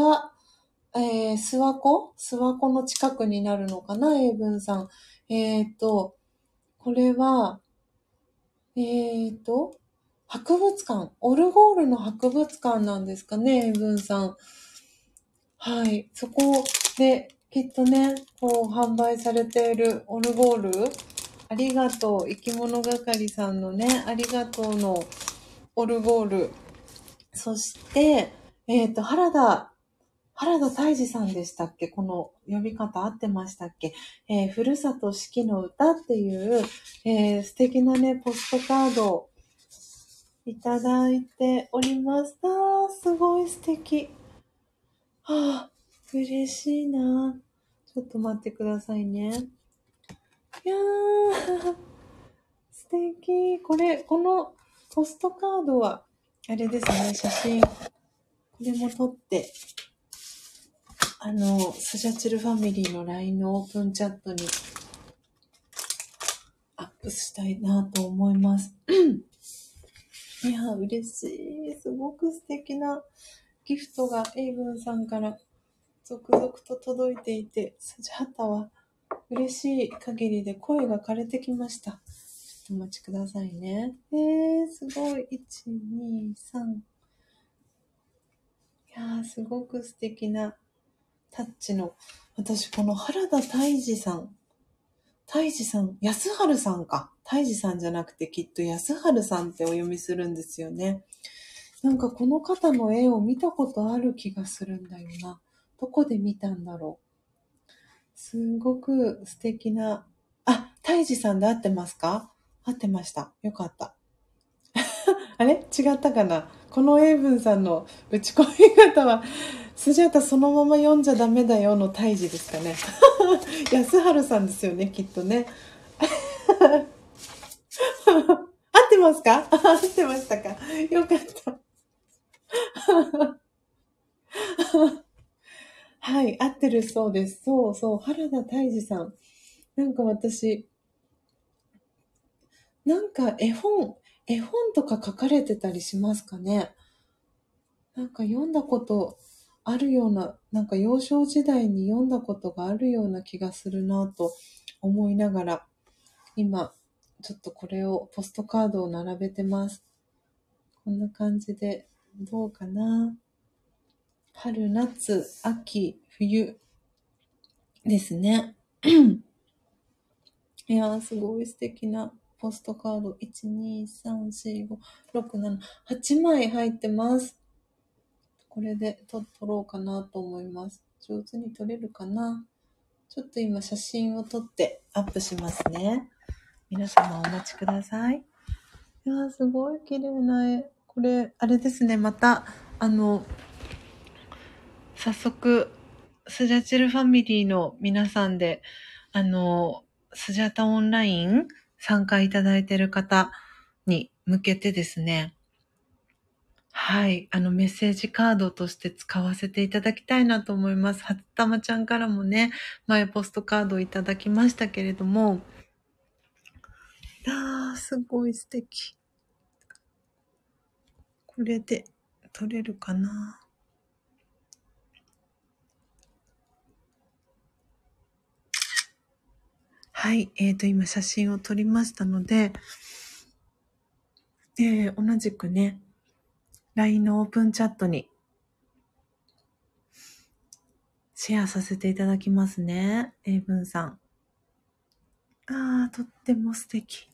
訪湖の近くになるのかな、英文さん。これは、 博物館、オルゴールの博物館なんですかね、エブンさん。はい。そこで、きっとね、こう、販売されているオルゴール、ありがとう、生き物係さんのね、ありがとうのオルゴール。そして、原田泰治さんでしたっけ？この呼び方合ってましたっけ？ふるさと四季の歌っていう、素敵なね、ポストカードをいただいておりました。すごい素敵。はあ、嬉しいな。ちょっと待ってくださいね。いやー、素敵。このポストカードは、あれですね、写真。これも撮って、スジャチルファミリーの LINE のオープンチャットにアップしたいなと思います。いや、嬉しい。すごく素敵なギフトがエイブンさんから続々と届いていて、スジャータは嬉しい限りで声が枯れてきました。ちょっとお待ちくださいね。すごい。1、2、3。いやー、すごく素敵なタッチの。私、この原田泰治さん、安春さんか。泰治さんじゃなくてきっと安春さんってお読みするんですよね。なんかこの方の絵を見たことある気がするんだよな。どこで見たんだろう。すごく素敵な。泰治さんで合ってますか？合ってました。よかった。あれ違ったかな。この英文さんの打ち込み方は、スジャータそのまま読んじゃダメだよの泰治ですかね。安春さんですよね、きっとね。合ってますか？合ってましたか？よかった。はい、合ってるそうです。そうそう、原田泰治さん。なんか私、なんか絵本とか書かれてたりしますかね？なんか読んだことあるような、なんか幼少時代に読んだことがあるような気がするなと思いながら、今、ちょっとこれを、ポストカードを並べてます。こんな感じで、どうかな？春、夏、秋、冬ですね。いやー、すごい素敵なポストカード。1、2、3、4、5、6、7、8枚入ってます。これで撮ろうかなと思います。上手に撮れるかな？ちょっと今写真を撮ってアップしますね。皆様お待ちください。いやー、すごい綺麗な絵。これ、あれですね。また、早速、スジャチルファミリーの皆さんで、スジャタオンライン参加いただいている方に向けてですね、はい、メッセージカードとして使わせていただきたいなと思います。はつたまちゃんからもね、前ポストカードをいただきましたけれども、すごい素敵。これで撮れるかな？はい、今写真を撮りましたので、同じくね、LINE のオープンチャットにシェアさせていただきますね。英文さん。とっても素敵。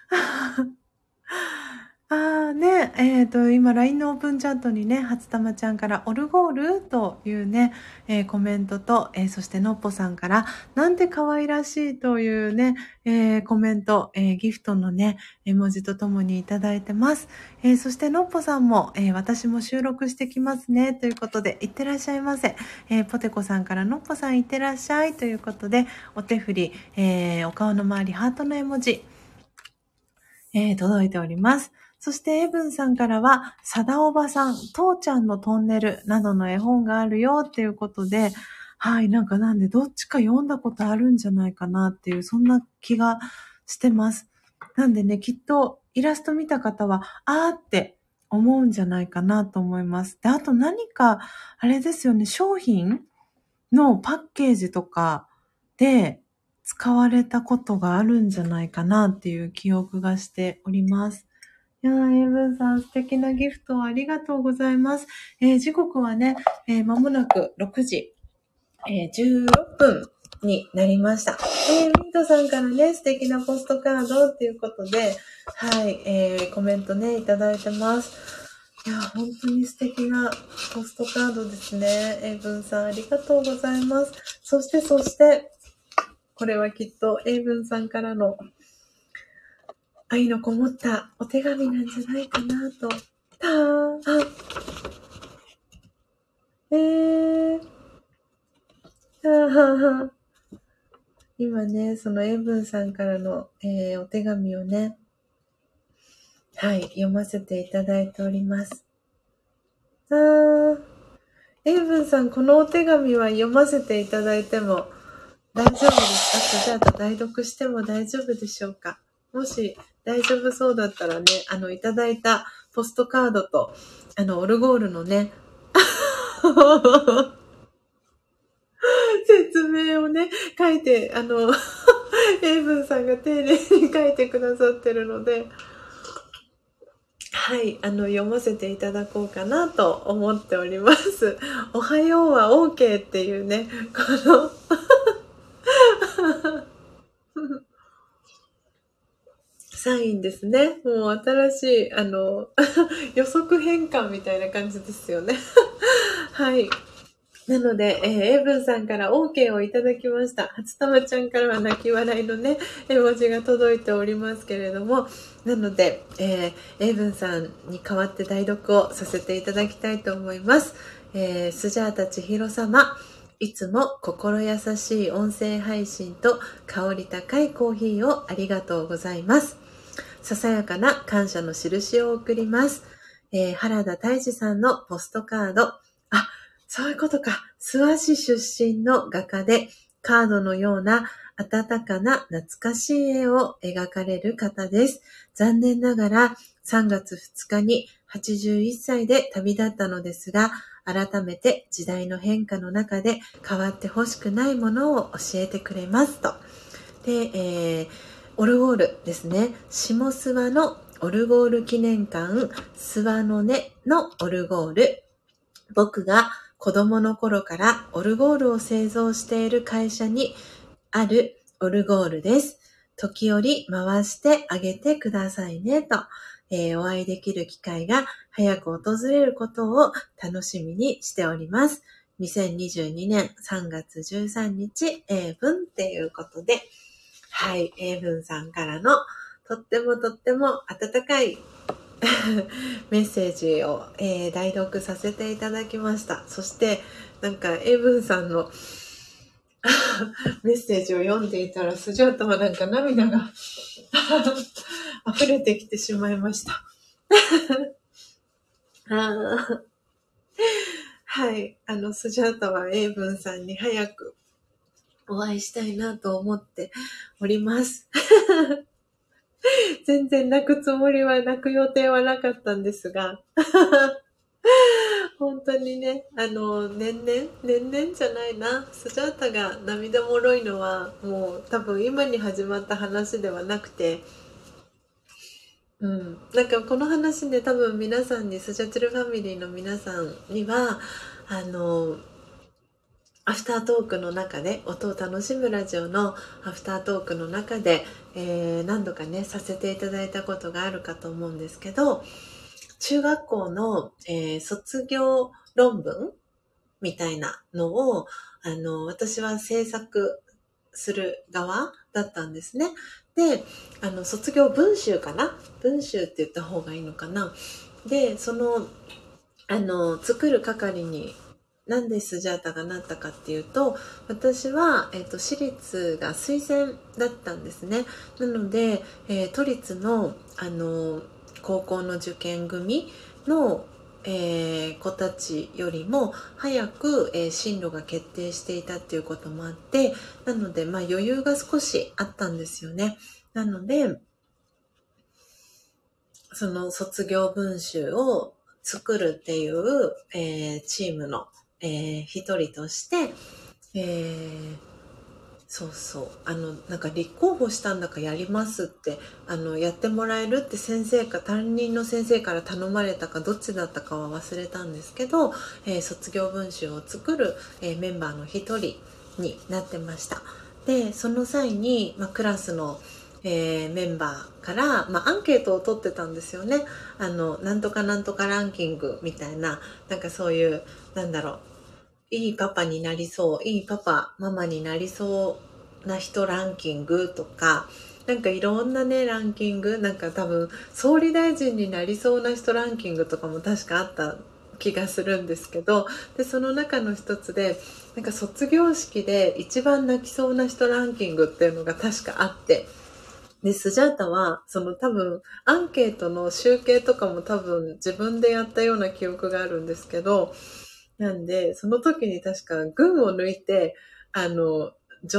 ね、今 LINE のオープンチャットにね、初玉ちゃんからオルゴールというね、コメントと、そしてのっぽさんからなんて可愛らしいというね、コメント、ギフトのね、絵文字とともにいただいてます。そしてのっぽさんも、私も収録してきますね、ということで、いってらっしゃいませ。ポテコさんからのっぽさんいってらっしゃいということで、お手振り、お顔の周りハートの絵文字、届いております。そして、エブンさんからは、サダおばさん、父ちゃんのトンネルなどの絵本があるよっていうことで、はい、なんでどっちか読んだことあるんじゃないかなっていう、そんな気がしてます。なんでね、きっとイラスト見た方は、って思うんじゃないかなと思います。で、あと何か、あれですよね、商品のパッケージとかで使われたことがあるんじゃないかなっていう記憶がしております。 いやー、エイブンさん、素敵なギフトをありがとうございます。時刻はね、間もなく6時、16分になりました。ミントさんからね、素敵なポストカードっていうことで、はい、コメントね、いただいてます。いや、本当に素敵なポストカードですね。エイブンさん、ありがとうございます。そして、これはきっとエイブンさんからの愛のこもったお手紙なんじゃないかなと。今ね、そのエイブンさんからの、お手紙をね、はい、読ませていただいております。エイブンさん、このお手紙は読ませていただいても大丈夫ですか？じゃあ代読しても大丈夫でしょうか？もし大丈夫そうだったらね、いただいたポストカードと、オルゴールのね、説明をね、書いて、エイブンさんが丁寧に書いてくださってるので、はい、読ませていただこうかなと思っております。おはようは OK っていうね、このサインですね。もう新しい、予測変換みたいな感じですよね。はい。なので、エイブンさんから OK をいただきました。初玉ちゃんからは泣き笑いのね、絵文字が届いておりますけれども、なので、エイブンさんに代わって代読をさせていただきたいと思います。スジャータ千尋様、いつも心優しい音声配信と香り高いコーヒーをありがとうございます。ささやかな感謝の印を送ります。原田泰治さんのポストカード。そういうことか。諏訪市出身の画家で、カードのような温かな懐かしい絵を描かれる方です。残念ながら3月2日に81歳で旅立ったのですが、改めて時代の変化の中で変わってほしくないものを教えてくれますと。で、オルゴールですね。下諏訪のオルゴール記念館、諏訪の音のオルゴール。僕が子供の頃からオルゴールを製造している会社にあるオルゴールです。時折回してあげてくださいねと、お会いできる機会が早く訪れることを楽しみにしております。2022年3月13日、英文っていうことで、はい、英文さんからのとっても温かいメッセージを、代読させていただきました。そしてなんかエイブンさんのメッセージを読んでいたらスジャータはなんか涙が溢れてきてしまいましたはい、スジャータはエイブンさんに早くお会いしたいなと思っております全然泣く予定はなかったんですが本当にね、年々じゃないな、スジャータが涙もろいのはもう多分今に始まった話ではなくて、なんかこの話で多分皆さんに、スジャチルファミリーの皆さんには、アフタートークの中で、音を楽しむラジオのアフタートークの中で、何度かね、させていただいたことがあるかと思うんですけど、中学校の、卒業論文みたいなのを、私は制作する側だったんですね。で、卒業文集かな？文集って言った方がいいのかな？で、作る係になんでスジャータがなったかっていうと、私は、私立が推薦だったんですね。なので、都立の、高校の受験組の、子たちよりも早く、進路が決定していたっていうこともあって、なので、余裕が少しあったんですよね。なので、その卒業文集を作るっていう、チームの、一人として、 そうそう。なんか立候補したんだかやりますって、やってもらえるって先生か担任の先生から頼まれたかどっちだったかは忘れたんですけど、卒業文集を作る、メンバーの一人になってました。で、その際に、クラスの、メンバーから、アンケートを取ってたんですよね。なんとかなんとかランキングみたいな、なんかそういう、なんだろう、いいパパになりそう、いいパパ、ママになりそうな人ランキングとか、なんかいろんなね、ランキング、なんか多分、総理大臣になりそうな人ランキングとかも確かあった気がするんですけど、で、その中の一つで、なんか卒業式で一番泣きそうな人ランキングっていうのが確かあって、で、スジャータは、その多分、アンケートの集計とかも多分自分でやったような記憶があるんですけど、なんで、その時に確か群を抜いて、あの、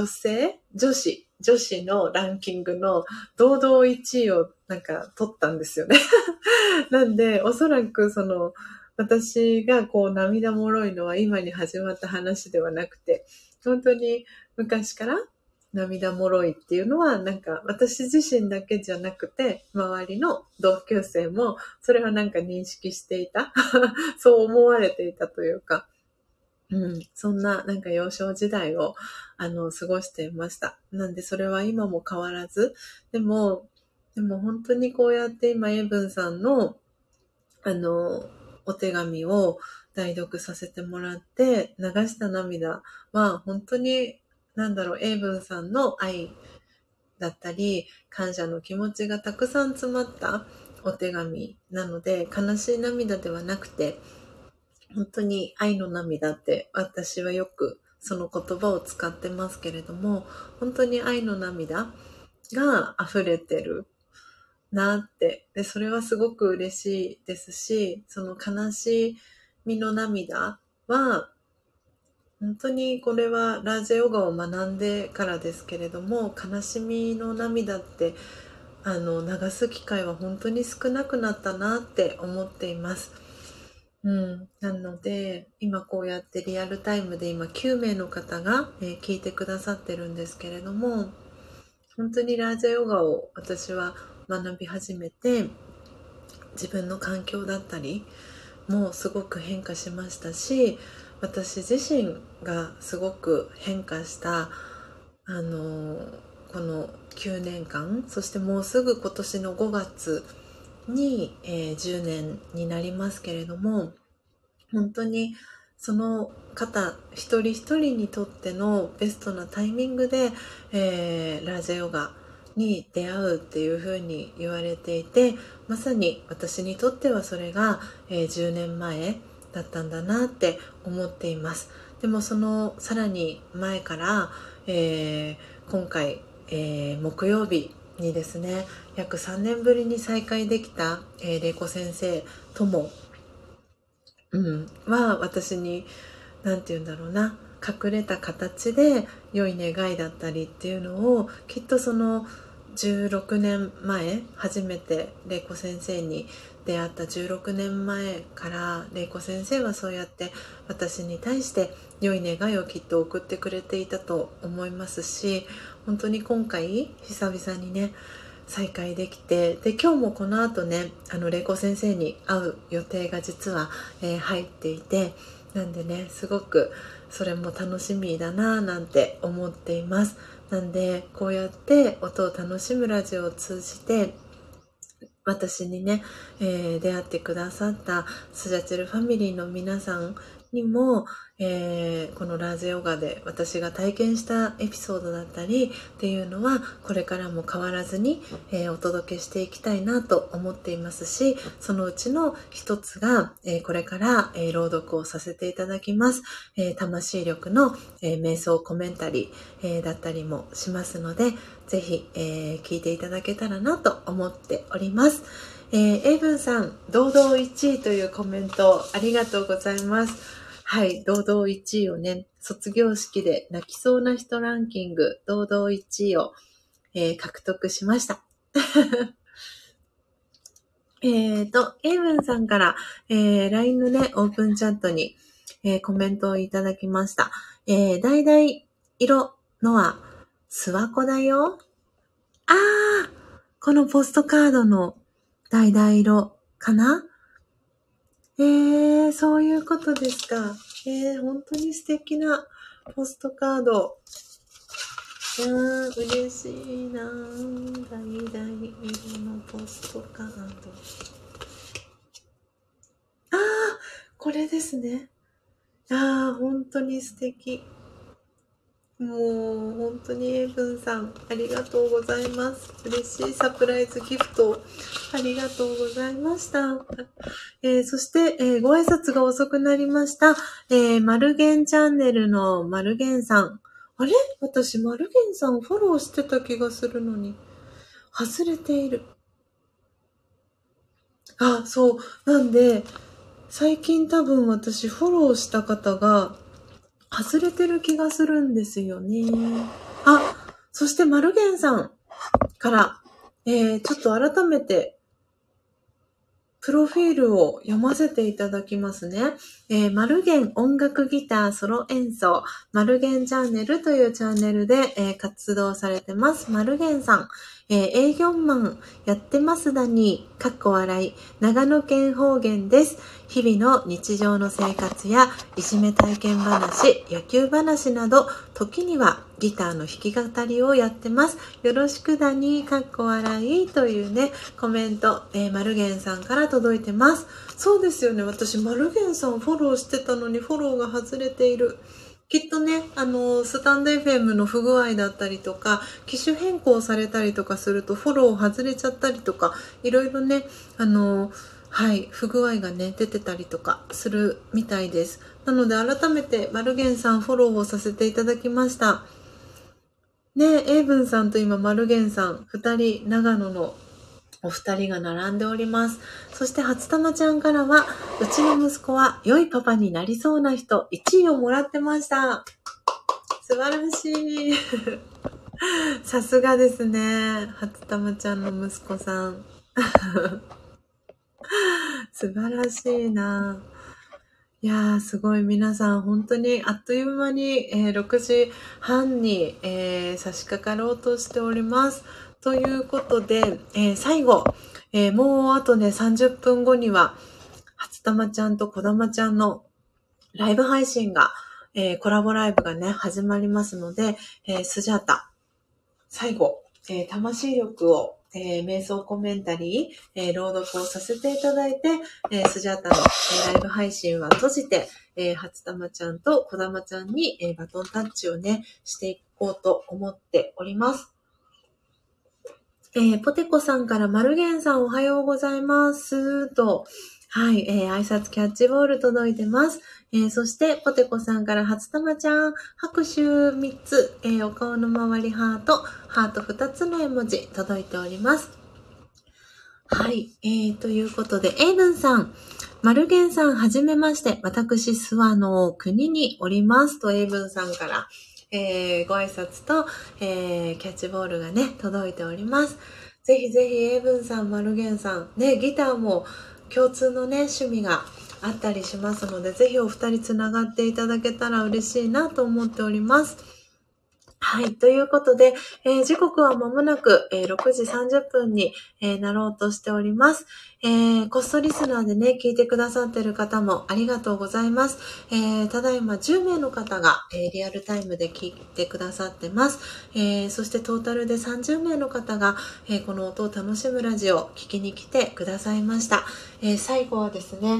女子のランキングの堂々1位をなんか取ったんですよね。なんで、おそらくその、私がこう涙もろいのは今に始まった話ではなくて、本当に昔から涙もろいっていうのはなんか私自身だけじゃなくて、周りの同級生もそれはなんか認識していた。そう思われていたというか、そんななんか幼少時代を過ごしていました。なんでそれは今も変わらず、でも本当にこうやって今エブンさんのお手紙を代読させてもらって流した涙は本当にエイブンさんの愛だったり感謝の気持ちがたくさん詰まったお手紙なので、悲しい涙ではなくて本当に愛の涙って私はよくその言葉を使ってますけれども、本当に愛の涙が溢れてるなって。で、それはすごく嬉しいですし、その悲しみの涙は、本当にこれはラージャヨガを学んでからですけれども、悲しみの涙って流す機会は本当に少なくなったなって思っています。なので、今こうやってリアルタイムで今9名の方が、聞いてくださってるんですけれども、本当にラージャヨガを私は学び始めて、自分の環境だったりもすごく変化しましたし、私自身がすごく変化したこの9年間、そしてもうすぐ今年の5月に、10年になりますけれども、本当にその方一人一人にとってのベストなタイミングで、ラージャヨガに出会うっていう風に言われていて、まさに私にとってはそれが、10年前だったんだなって思っています。でもそのさらに前から、今回、木曜日にですね、約3年ぶりに再会できた、玲子先生ともは私に何て言うんだろうな、隠れた形で良い願いだったりっていうのをきっとその16年前初めて玲子先生に出会った16年前から玲子先生はそうやって私に対して良い願いをきっと送ってくれていたと思いますし、本当に今回久々にね再会できて、で今日もこの後ね玲子先生に会う予定が実は、入っていて、なんでねすごくそれも楽しみだななんて思っています。なんでこうやって音を楽しむラジオを通じて私にね、出会ってくださったスジャチルファミリーの皆さんにも、このラージヨガで私が体験したエピソードだったりっていうのはこれからも変わらずに、お届けしていきたいなと思っていますし、そのうちの一つが、これから、朗読をさせていただきます、魂力の、瞑想コメンタリー、だったりもしますので、ぜひ、聞いていただけたらなと思っております。エイブンさん、堂々1位というコメントありがとうございます。はい、堂々1位をね、卒業式で泣きそうな人ランキング、堂々1位を、獲得しました。エイブンさんから、LINE のね、オープンチャットに、コメントをいただきました。橙色のは、 諏訪湖だよ。あー、このポストカードの橙色かな？そういうことですか。本当に素敵なポストカード。嬉しいな。橙色のポストカード。これですね。本当に素敵。もう本当にエイブンさんありがとうございます。嬉しいサプライズギフトありがとうございました。そして、ご挨拶が遅くなりました。マルゲンチャンネルのマルゲンさん。あれ？私マルゲンさんフォローしてた気がするのに外れている。そう。なんで最近多分私フォローした方が外れてる気がするんですよね。そしてマルゲンさんから、ちょっと改めてプロフィールを読ませていただきますね。マルゲン音楽ギターソロ演奏、マルゲンチャンネルというチャンネルで、活動されてます。マルゲンさん。営業マンやってますだに、かっこ笑い、長野県方言です。日々の日常の生活やいじめ体験話、野球話など、時にはギターの弾き語りをやってます。よろしくだに、かっこ笑いというね、コメント、マルゲンさんから届いてます。そうですよね。私、マルゲンさんフォローしてたのにフォローが外れている。きっとね、スタンド FM の不具合だったりとか、機種変更されたりとかするとフォロー外れちゃったりとか、いろいろね、不具合がね、出てたりとかするみたいです。なので改めてマルゲンさんフォローをさせていただきました。ね、エイブンさんと今マルゲンさん、二人、長野のお二人が並んでおります。そして初玉ちゃんからは、うちの息子は良いパパになりそうな人1位をもらってました。素晴らしい。さすがですね。初玉ちゃんの息子さん。素晴らしいな。いやー、すごい皆さん本当にあっという間に、6時半に、差し掛かろうとしております。ということで、最後、もうあとね30分後には初玉ちゃんとこだまちゃんのライブ配信が、コラボライブがね始まりますので、スジャータ最後、魂力を瞑想コメンタリー、朗読をさせていただいて、スジャータの、ライブ配信は閉じて、初玉ちゃんとこだまちゃんに、バトンタッチをねしていこうと思っております。ポテコさんからマルゲンさんおはようございますと、はい、挨拶キャッチボール届いてます。そしてポテコさんから初玉ちゃん拍手3つ、お顔の周りハート2つの絵文字届いております。はい、ということでエイブンさん、マルゲンさんはじめまして、私諏訪の国におりますとエイブンさんからご挨拶と、キャッチボールがね届いております。ぜひぜひエイブンさん、マルゲンさんね、ギターも共通のね趣味があったりしますので、ぜひお二人つながっていただけたら嬉しいなと思っております。はい。ということで、時刻は間もなく、6時30分に、なろうとしております。こっそリスナーでね、聞いてくださっている方もありがとうございます。ただいま10名の方が、リアルタイムで聞いてくださってます。そしてトータルで30名の方が、この音を楽しむラジオを聞きに来てくださいました。最後はですね、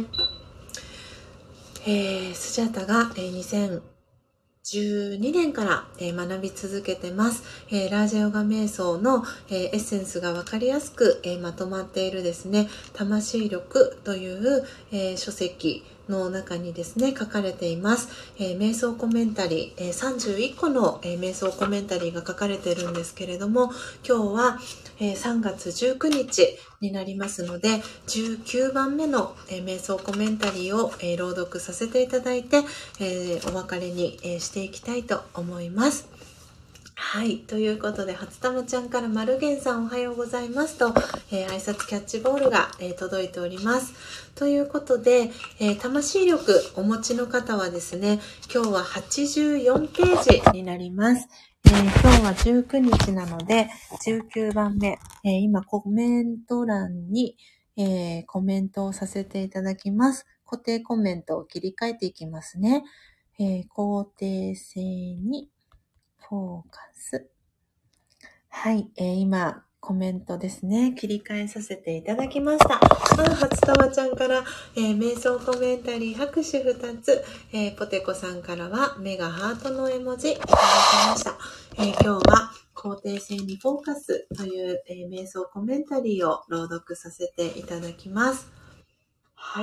スジャータが、2012年から、学び続けてます。ラージャヨガ瞑想の、エッセンスがわかりやすく、まとまっているですね、魂力という、書籍の中にですね書かれています。瞑想コメンタリー、31個の、瞑想コメンタリーが書かれているんですけれども、今日は、3月19日になりますので、19番目の、瞑想コメンタリーを、朗読させていただいて、お別れに、していきたいと思います。はい。ということで、初玉ちゃんからマルゲンさんおはようございますと、挨拶キャッチボールが、届いております。ということで、魂力お持ちの方はですね、今日は84ページになります。 今日は19日なので、19番目、今コメント欄に、コメントをさせていただきます。固定コメントを切り替えていきますね。肯定性にフォーカス。はい、今、コメントですね。切り替えさせていただきました。初玉ちゃんから、瞑想コメンタリー拍手2つ、ポテコさんからは目がハートの絵文字いただきました。今日は肯定性にフォーカスという、瞑想コメンタリーを朗読させていただきます。はい。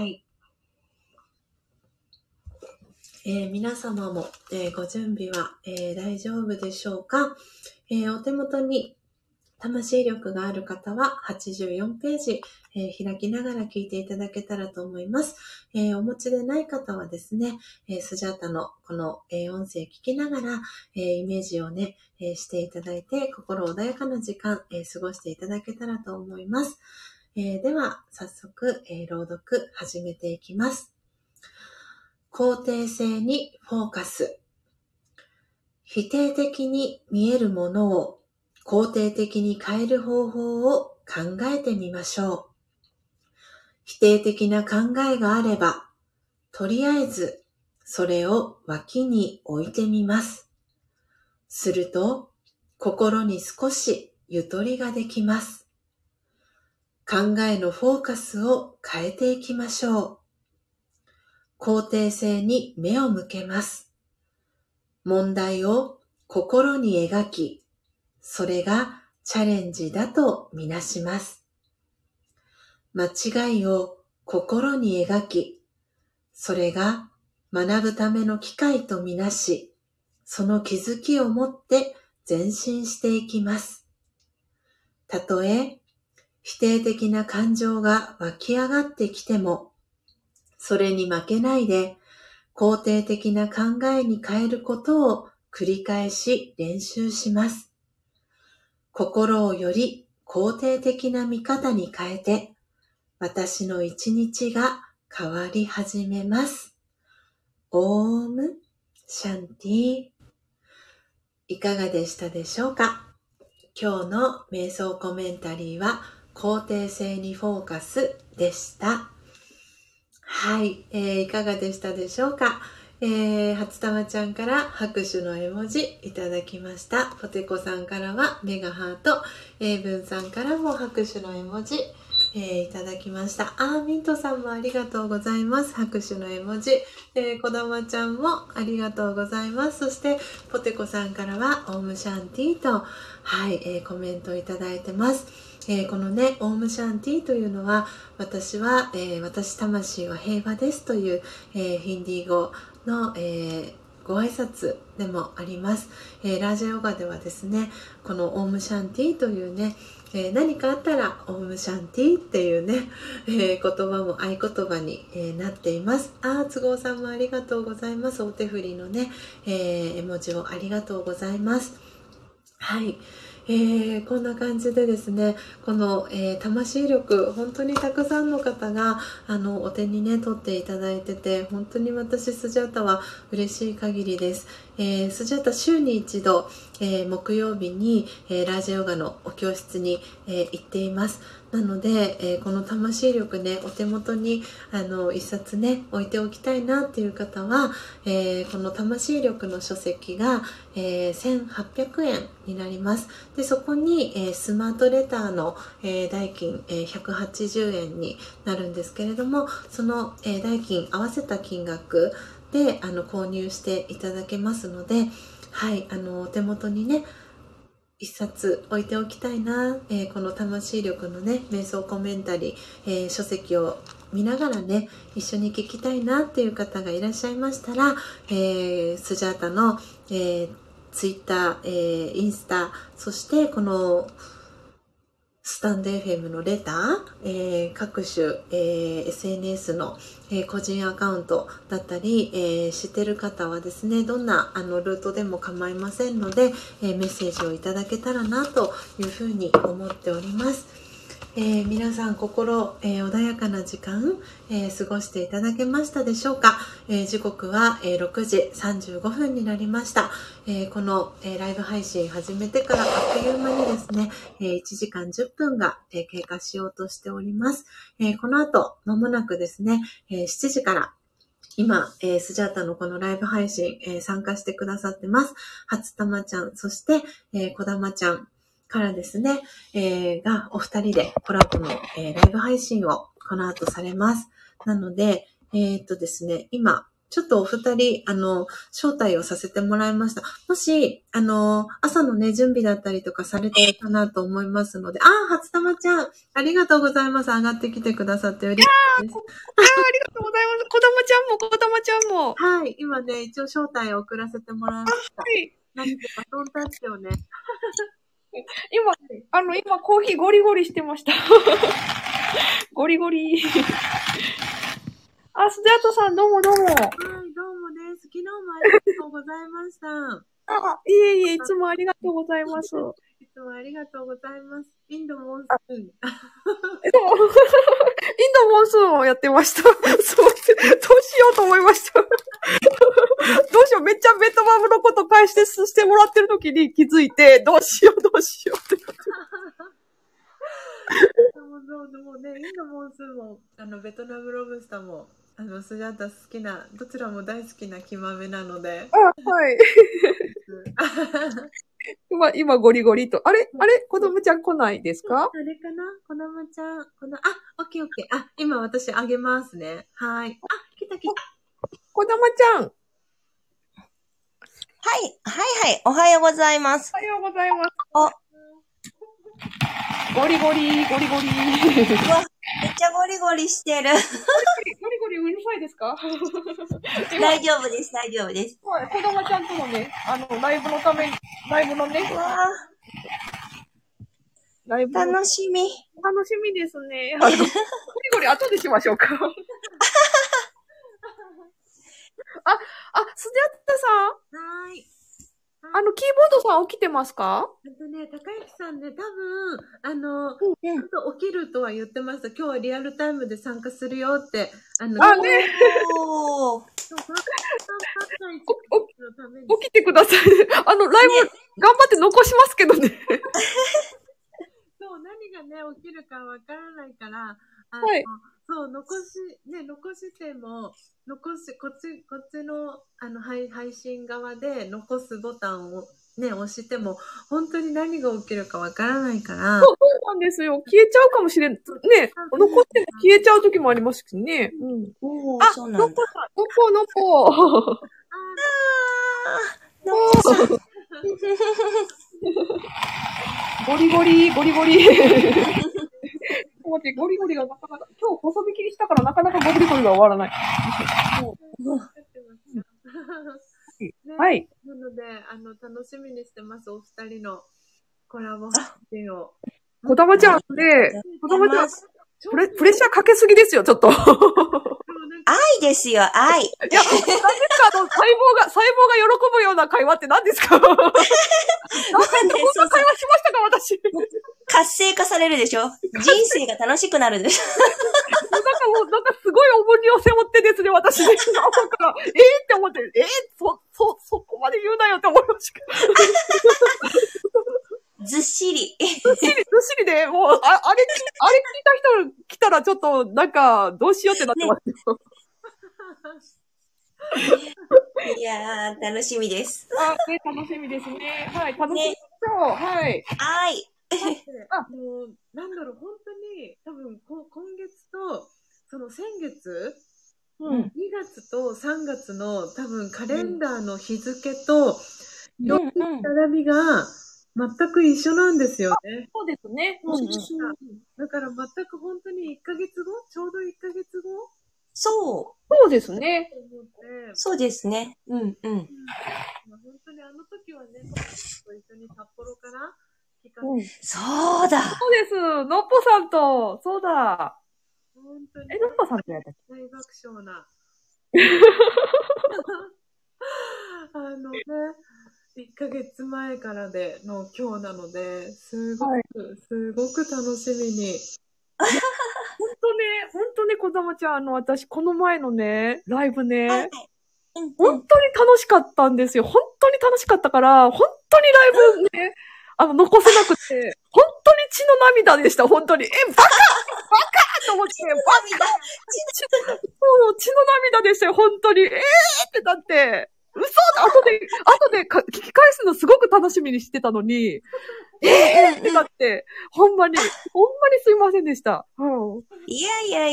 皆様も、ご準備は、大丈夫でしょうか。お手元に魂力がある方は84ページ、開きながら聞いていただけたらと思います。お持ちでない方はですね、スジャータのこの、音声聞きながら、イメージをね、していただいて心穏やかな時間、過ごしていただけたらと思います。では早速、朗読始めていきます。肯定性にフォーカス。否定的に見えるものを肯定的に変える方法を考えてみましょう。否定的な考えがあれば、とりあえずそれを脇に置いてみます。すると、心に少しゆとりができます。考えのフォーカスを変えていきましょう。肯定性に目を向けます。問題を心に描き、それがチャレンジだとみなします。間違いを心に描き、それが学ぶための機会とみなし、その気づきを持って前進していきます。たとえ否定的な感情が湧き上がってきても、それに負けないで肯定的な考えに変えることを繰り返し練習します。心をより肯定的な見方に変えて、私の一日が変わり始めます。オームシャンティ。いかがでしたでしょうか。今日の瞑想コメンタリーは肯定性にフォーカスでした。はい、いかがでしたでしょうか。初玉ちゃんから拍手の絵文字いただきました。ポテコさんからはメガハート、英文さんからも拍手の絵文字、いただきました。ミントさんもありがとうございます。拍手の絵文字。こだまちゃんもありがとうございます。そしてポテコさんからはオームシャンティと、はい、コメントいただいてます。このね、オームシャンティというのは、私魂は平和ですという、ヒンディー語の、ご挨拶でもあります。ラージャヨガではですね、このオームシャンティというね、何かあったらオームシャンティっていうね、言葉も合言葉に、なっています。都合さんもありがとうございます。お手振りのね、絵文字をありがとうございます。はい。こんな感じでですね、この、魂力、本当にたくさんの方がお手にね取っていただいてて、本当に私スジャータは嬉しい限りです。スジャータ週に一度、木曜日に、ラージャヨガのお教室に、行っています。なので、この魂力ね、お手元に一冊ね置いておきたいなっていう方は、この魂力の書籍が、1800円になります。でそこに、スマートレターの、代金、180円になるんですけれども、その、代金合わせた金額で購入していただけますので、はい、お手元にね一冊置いておきたいな、この魂力のね瞑想コメンタリー、書籍を見ながらね一緒に聞きたいなっていう方がいらっしゃいましたら、スジャータの、ツイッター、インスタ、そしてこのスタンド FM のレター、各種、SNS の、個人アカウントだったり、知ってる方はですね、どんなルートでも構いませんので、メッセージをいただけたらなというふうに思っております。 皆さん心、穏やかな時間、過ごしていただけましたでしょうか。時刻は、6時35分になりました。この、ライブ配信始めてからあっという間にですね、1時間10分が、経過しようとしております。この後、まもなくですね、7時から今、スジャータのこのライブ配信、参加してくださってます。初玉ちゃん、そして、こだまちゃんからですね、がお二人でコラボの、ライブ配信をこの後されます。なので、ですね、今、ちょっとお二人、招待をさせてもらいました。もし、朝のね、準備だったりとかされてるかなと思いますので、初玉ちゃん、ありがとうございます。上がってきてくださって嬉しいです。 ありがとうございます。こだまちゃんも。 はい、今ね、一応招待を送らせてもらいました。 はい。 なので、バトンタッチをね。 今コーヒーゴリゴリしてました。ゴリゴリ。スジャートさん、どうもどうも。 はい、どうもです。昨日もありがとうございました。 いえいえ、いつもありがとうございます。 いつもありがとうございます。インドモンスーン。 インドモンスーンをやってました。そう、どうしようと思いました。どうしよう、めっちゃベトナムのこと返してもらってる時に気づいて、どうしようって。 もうね、インドモンスーンも、ベトナムロブスターも、スジャータ好きな、どちらも大好きなキマメなので。 はい。今ゴリゴリと。あれ子供ちゃん来ないですか？ あれかな子供ちゃん。オッケーオッケー。今私あげますね。はい。来た。 子供ちゃん。 はい。おはようございます。 おはようございます。ゴリゴリ。うわ、 めっちゃゴリゴリしてる。 ゴリゴリうるさいですか？ 大丈夫です。はい、 子供ちゃんとのね、ライブのね、ライブの楽しみですね。ゴリゴリ後でしましょうか。スジャッタさん。 はい。 キーボードさん起きてますか？ 高之さんね、多分、ちゃんと起きるとは言ってました。今日はリアルタイムで参加するよって。 ね。起きてください。ライブ、頑張って残しますけどね。 そう、何がね、起きるかわからないから、 はい。 そう、残しても、こっちの、配信側で残すボタンをね、押しても、本当に何が起きるかわからないから。 そうなんですよ。消えちゃうかもしれん。ね、残っても消えちゃう時もありますしね。 そうなんだ。 のっぽ。ゴリゴリ。ゴリゴリがなかなか、今日細引きにしたからなかなかゴリゴリが終わらない。はい。 なので、楽しみにしてます、お二人のコラボ配信を。 子供ちゃんプレッシャーかけすぎですよ、ちょっと。 愛ですよ、愛。いや、何ですか細胞が喜ぶような会話って何ですか？なんでそんな会話しましたか、私。 活性化されるでしょ？人生が楽しくなるでしょ？ なんかすごい重荷を背負ってですね、私ね。からって思って、そこまで言うなよって思いました。 ずっしりで、もう、あれ聞いた人来たらちょっと、なんか、どうしようってなってますよ。 いやー、楽しみです。 楽しみですね。はい、楽しみましょう。はい。 はい。 なんだろう、本当に、多分、今月と、その先月、 2 月と3月の多分カレンダーの日付と、並びが全く一緒なんですよね。 そうですね。 だから全く本当に1ヶ月後ちょうど1ヶ月後そうですね。 そうですね。 本当に時はね、と一緒に札幌から聞かせて。 そうだ。 そうです。のっぽさんと、そうだ。 本当に。 のっぽさんとやったっけ？ 大爆笑な。1ヶ月前からの今日なので、すごく楽しみに本当ね、こだまちゃん、私、この前のね、ライブはい。 ね、 うんう本ん。 当に楽しかったんですよ。本当に楽しかったから、本当にライブね、残せなくて、本当に血の涙でした、本当に。バカと思って、 涙。 そう血の涙でしたよ、本当に。ってなって、嘘だ後で聞き返すのすごく楽しみにしてたのに、ってなって、ほんまにすいませんでした。うん。 いや。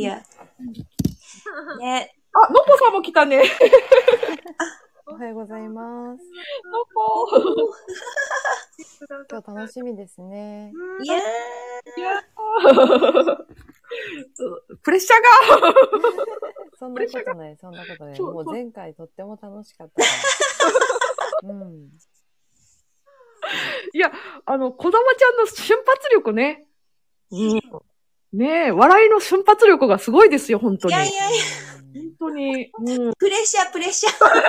ね。 あ、のこさんも来たね。 おはようございます。 のこ。 今日楽しみですね。 いやプレッシャーがそんなことない、そんなことない。もう前回とっても楽しかったから。うん。 いや、こだまちゃんの瞬発力ね。ねえ、笑いの瞬発力がすごいですよ、本当に。 いや。 本当に。 プレッシャー。プレッシャー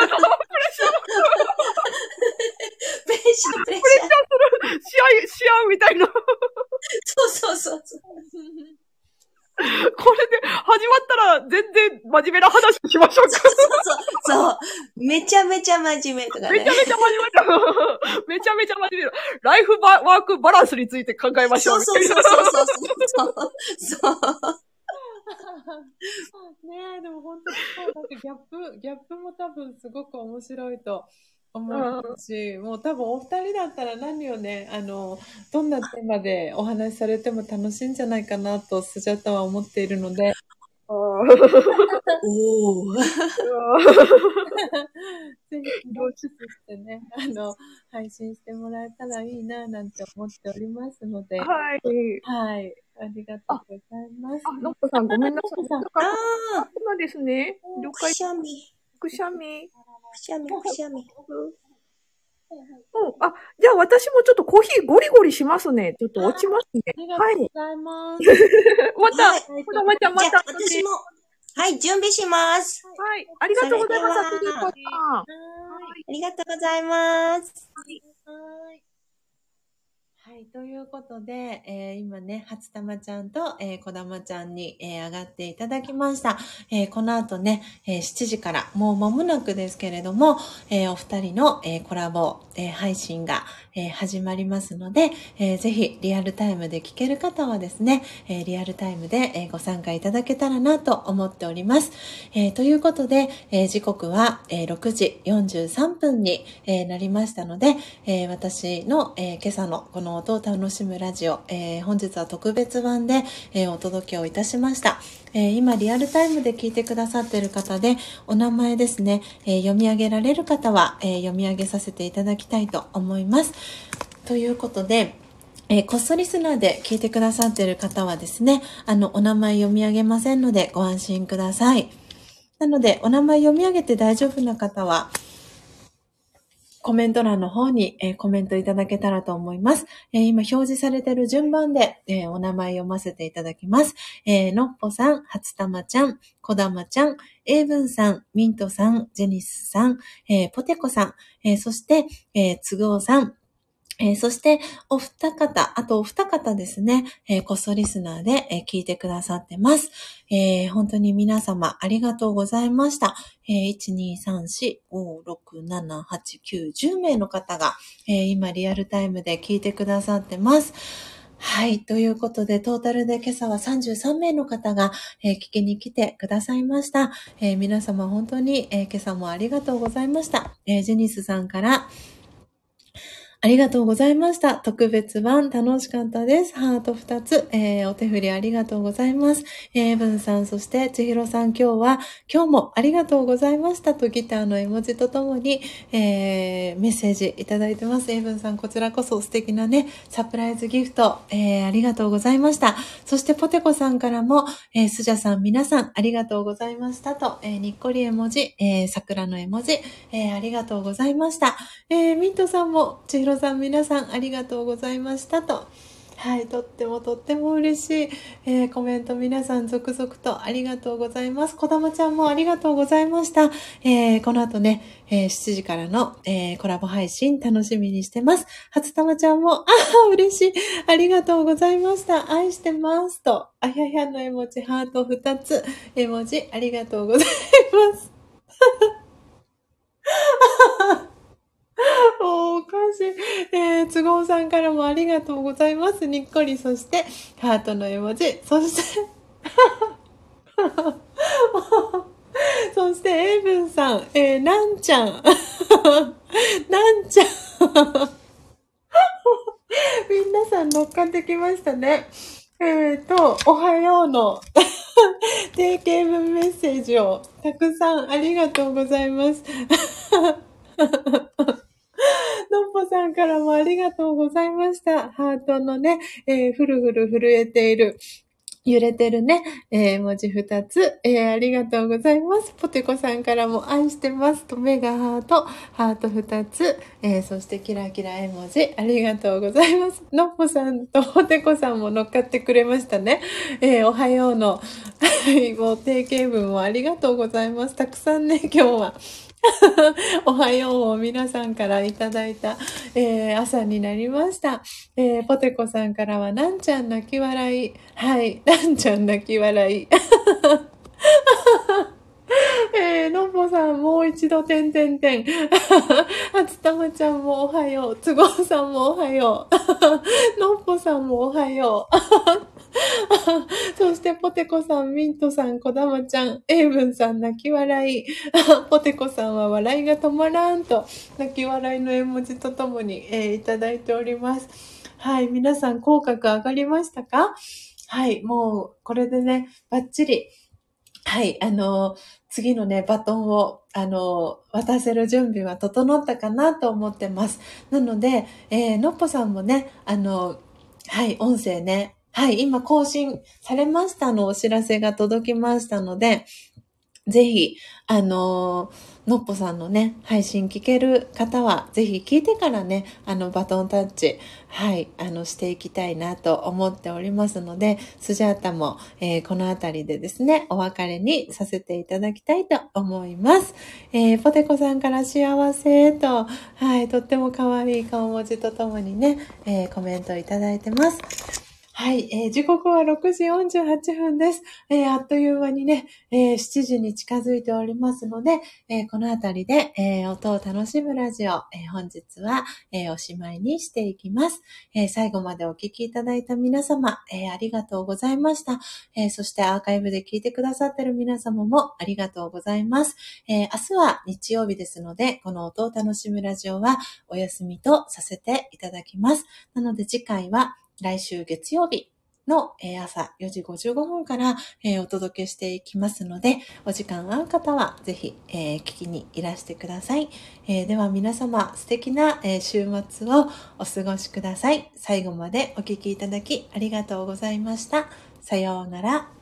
し合うみたいな。 そう。 これで始まったら全然真面目な話しましょうか。 そう。めちゃめちゃ真面目とかね。 めちゃめちゃ真面目。ライフワークバランスについて考えましょう。 そう。 ねえ、でも本当にそうだってギャップも多分すごく面白いと思いますし、もう多分お二人だったら何をね、どんなテーマでお話しされても楽しいんじゃないかなとスジャタは思っているので、 おー。 ぜひリラックスしてね、配信してもらえたらいいななんて思っておりますので、 はい。 はい、ありがとうございます。 のっこさんごめんなさい。そうですね。了解。 くしゃみ。 くしゃみ。じゃあ私もちょっとコーヒーゴリゴリしますね。ちょっと落ちますね。 ありがとうございます。 また、 じゃあ、私も、はい、準備します。 はい、ありがとうございます。 ありがとうございます。 はい、ということで、今ね、初玉ちゃんと、こだまちゃんに、上がっていただきました。この後ね、7時からもう間もなくですけれども、お二人の、コラボ、配信が、始まりますので、ぜひリアルタイムで聞ける方はですね、リアルタイムで、ご参加いただけたらなと思っております。ということで、時刻は、6時43分に、なりましたので、私の、今朝のこの音を楽しむラジオ、本日は特別版で、お届けをいたしました。今リアルタイムで聞いてくださっている方でお名前ですね、読み上げられる方は、読み上げさせていただきたいと思います。ということで、こっそリスナーで聞いてくださっている方はですね、お名前読み上げませんのでご安心ください。なのでお名前読み上げて大丈夫な方はコメント欄の方に、コメントいただけたらと思います。今表示されている順番で、お名前読ませていただきます。のっぽさん、はつたまちゃん、こだまちゃん、えいぶんさん、ミントさん、ジェニスさん、ポテコさん、そして、つぐおさん、そして、あとお二方ですね、こっそリスナーで、聞いてくださってます。本当に皆様ありがとうございました。1,2,3,4,5,6,7,8,9,10 名の方が、今リアルタイムで聞いてくださってます。はい。ということで、トータルで今朝は33名の方が、聞きに来てくださいました。皆様本当に、今朝もありがとうございました。ジェニスさんから、ありがとうございました。特別版楽しかったです。ハート2つ、お手振りありがとうございます。文さん、そして千尋さん、今日もありがとうございましたとギターの絵文字とともに、メッセージいただいてます。文さん、こちらこそ素敵なね、サプライズギフト、ありがとうございました。そしてポテコさんからも、スジャさん、皆さんありがとうございましたと、にっこり絵文字、桜の絵文字、ありがとうございました。ミントさんも、千尋さん皆さんありがとうございましたと、 はい、とっても嬉しい、コメント皆さん続々とありがとうございます。こだまちゃんもありがとうございました。この後ね、7時からの、コラボ配信楽しみにしてます。初玉ちゃんも、嬉しい。ありがとうございました。愛してますと、あややの絵文字、ハート2つ、絵文字、ありがとうございます。おかしい。都合さんからもありがとうございます。にっこり、そして、ハートの絵文字、そして、そして、エイブンさん、なんちゃん。なんちゃん。皆さん乗っかってきましたね。おはようの定型文メッセージをたくさんありがとうございます。のっぽさんからもありがとうございました。ハートのね、ふるふる震えている、揺れてるね、文字2つ、ありがとうございます。ポテコさんからも愛してますと、メガハート2つ、そしてキラキラ絵文字、ありがとうございます。のっぽさんとポテコさんも乗っかってくれましたね。おはようの、もう定型文もありがとうございます。たくさんね、今日は。おはようを皆さんからいただいた、朝になりました。ポテコさんからは、なんちゃん泣き笑い。はい、なんちゃん泣き笑い。のっぽさんもう一度、てんてんてん。はつたまちゃんもおはよう。つごうさんもおはよう。のっぽさんもおはよう。そして、ポテコさん、ミントさん、こだまちゃん、エイブンさん、泣き笑い。ポテコさんは笑いが止まらんと、泣き笑いの絵文字とともに、いただいております。はい、皆さん、口角上がりましたか？はい、もう、これでね、バッチリ。はい、次のね、バトンを、渡せる準備は整ったかなと思ってます。なので、のっぽさんもね、はい、音声ね、はい、今更新されましたのお知らせが届きましたので、ぜひ、のっぽさんのね、配信聞ける方は、ぜひ聞いてからね、バトンタッチ、はい、していきたいなと思っておりますので、スジャータも、このあたりでですね、お別れにさせていただきたいと思います。ポテコさんから幸せと、はい、とっても可愛い顔文字とともにね、コメントいただいてます。はい、時刻は6時48分です。あっという間にね、7時に近づいておりますので、このあたりで、音を楽しむラジオ、本日は、おしまいにしていきます。最後までお聞きいただいた皆様、ありがとうございました。そしてアーカイブで聞いてくださっている皆様もありがとうございます。明日は日曜日ですので、この音を楽しむラジオはお休みとさせていただきます。なので次回は、来週月曜日の朝4時55分からお届けしていきますので、お時間合う方はぜひ聞きにいらしてください。では皆様素敵な週末をお過ごしください。最後までお聞きいただきありがとうございました。さようなら。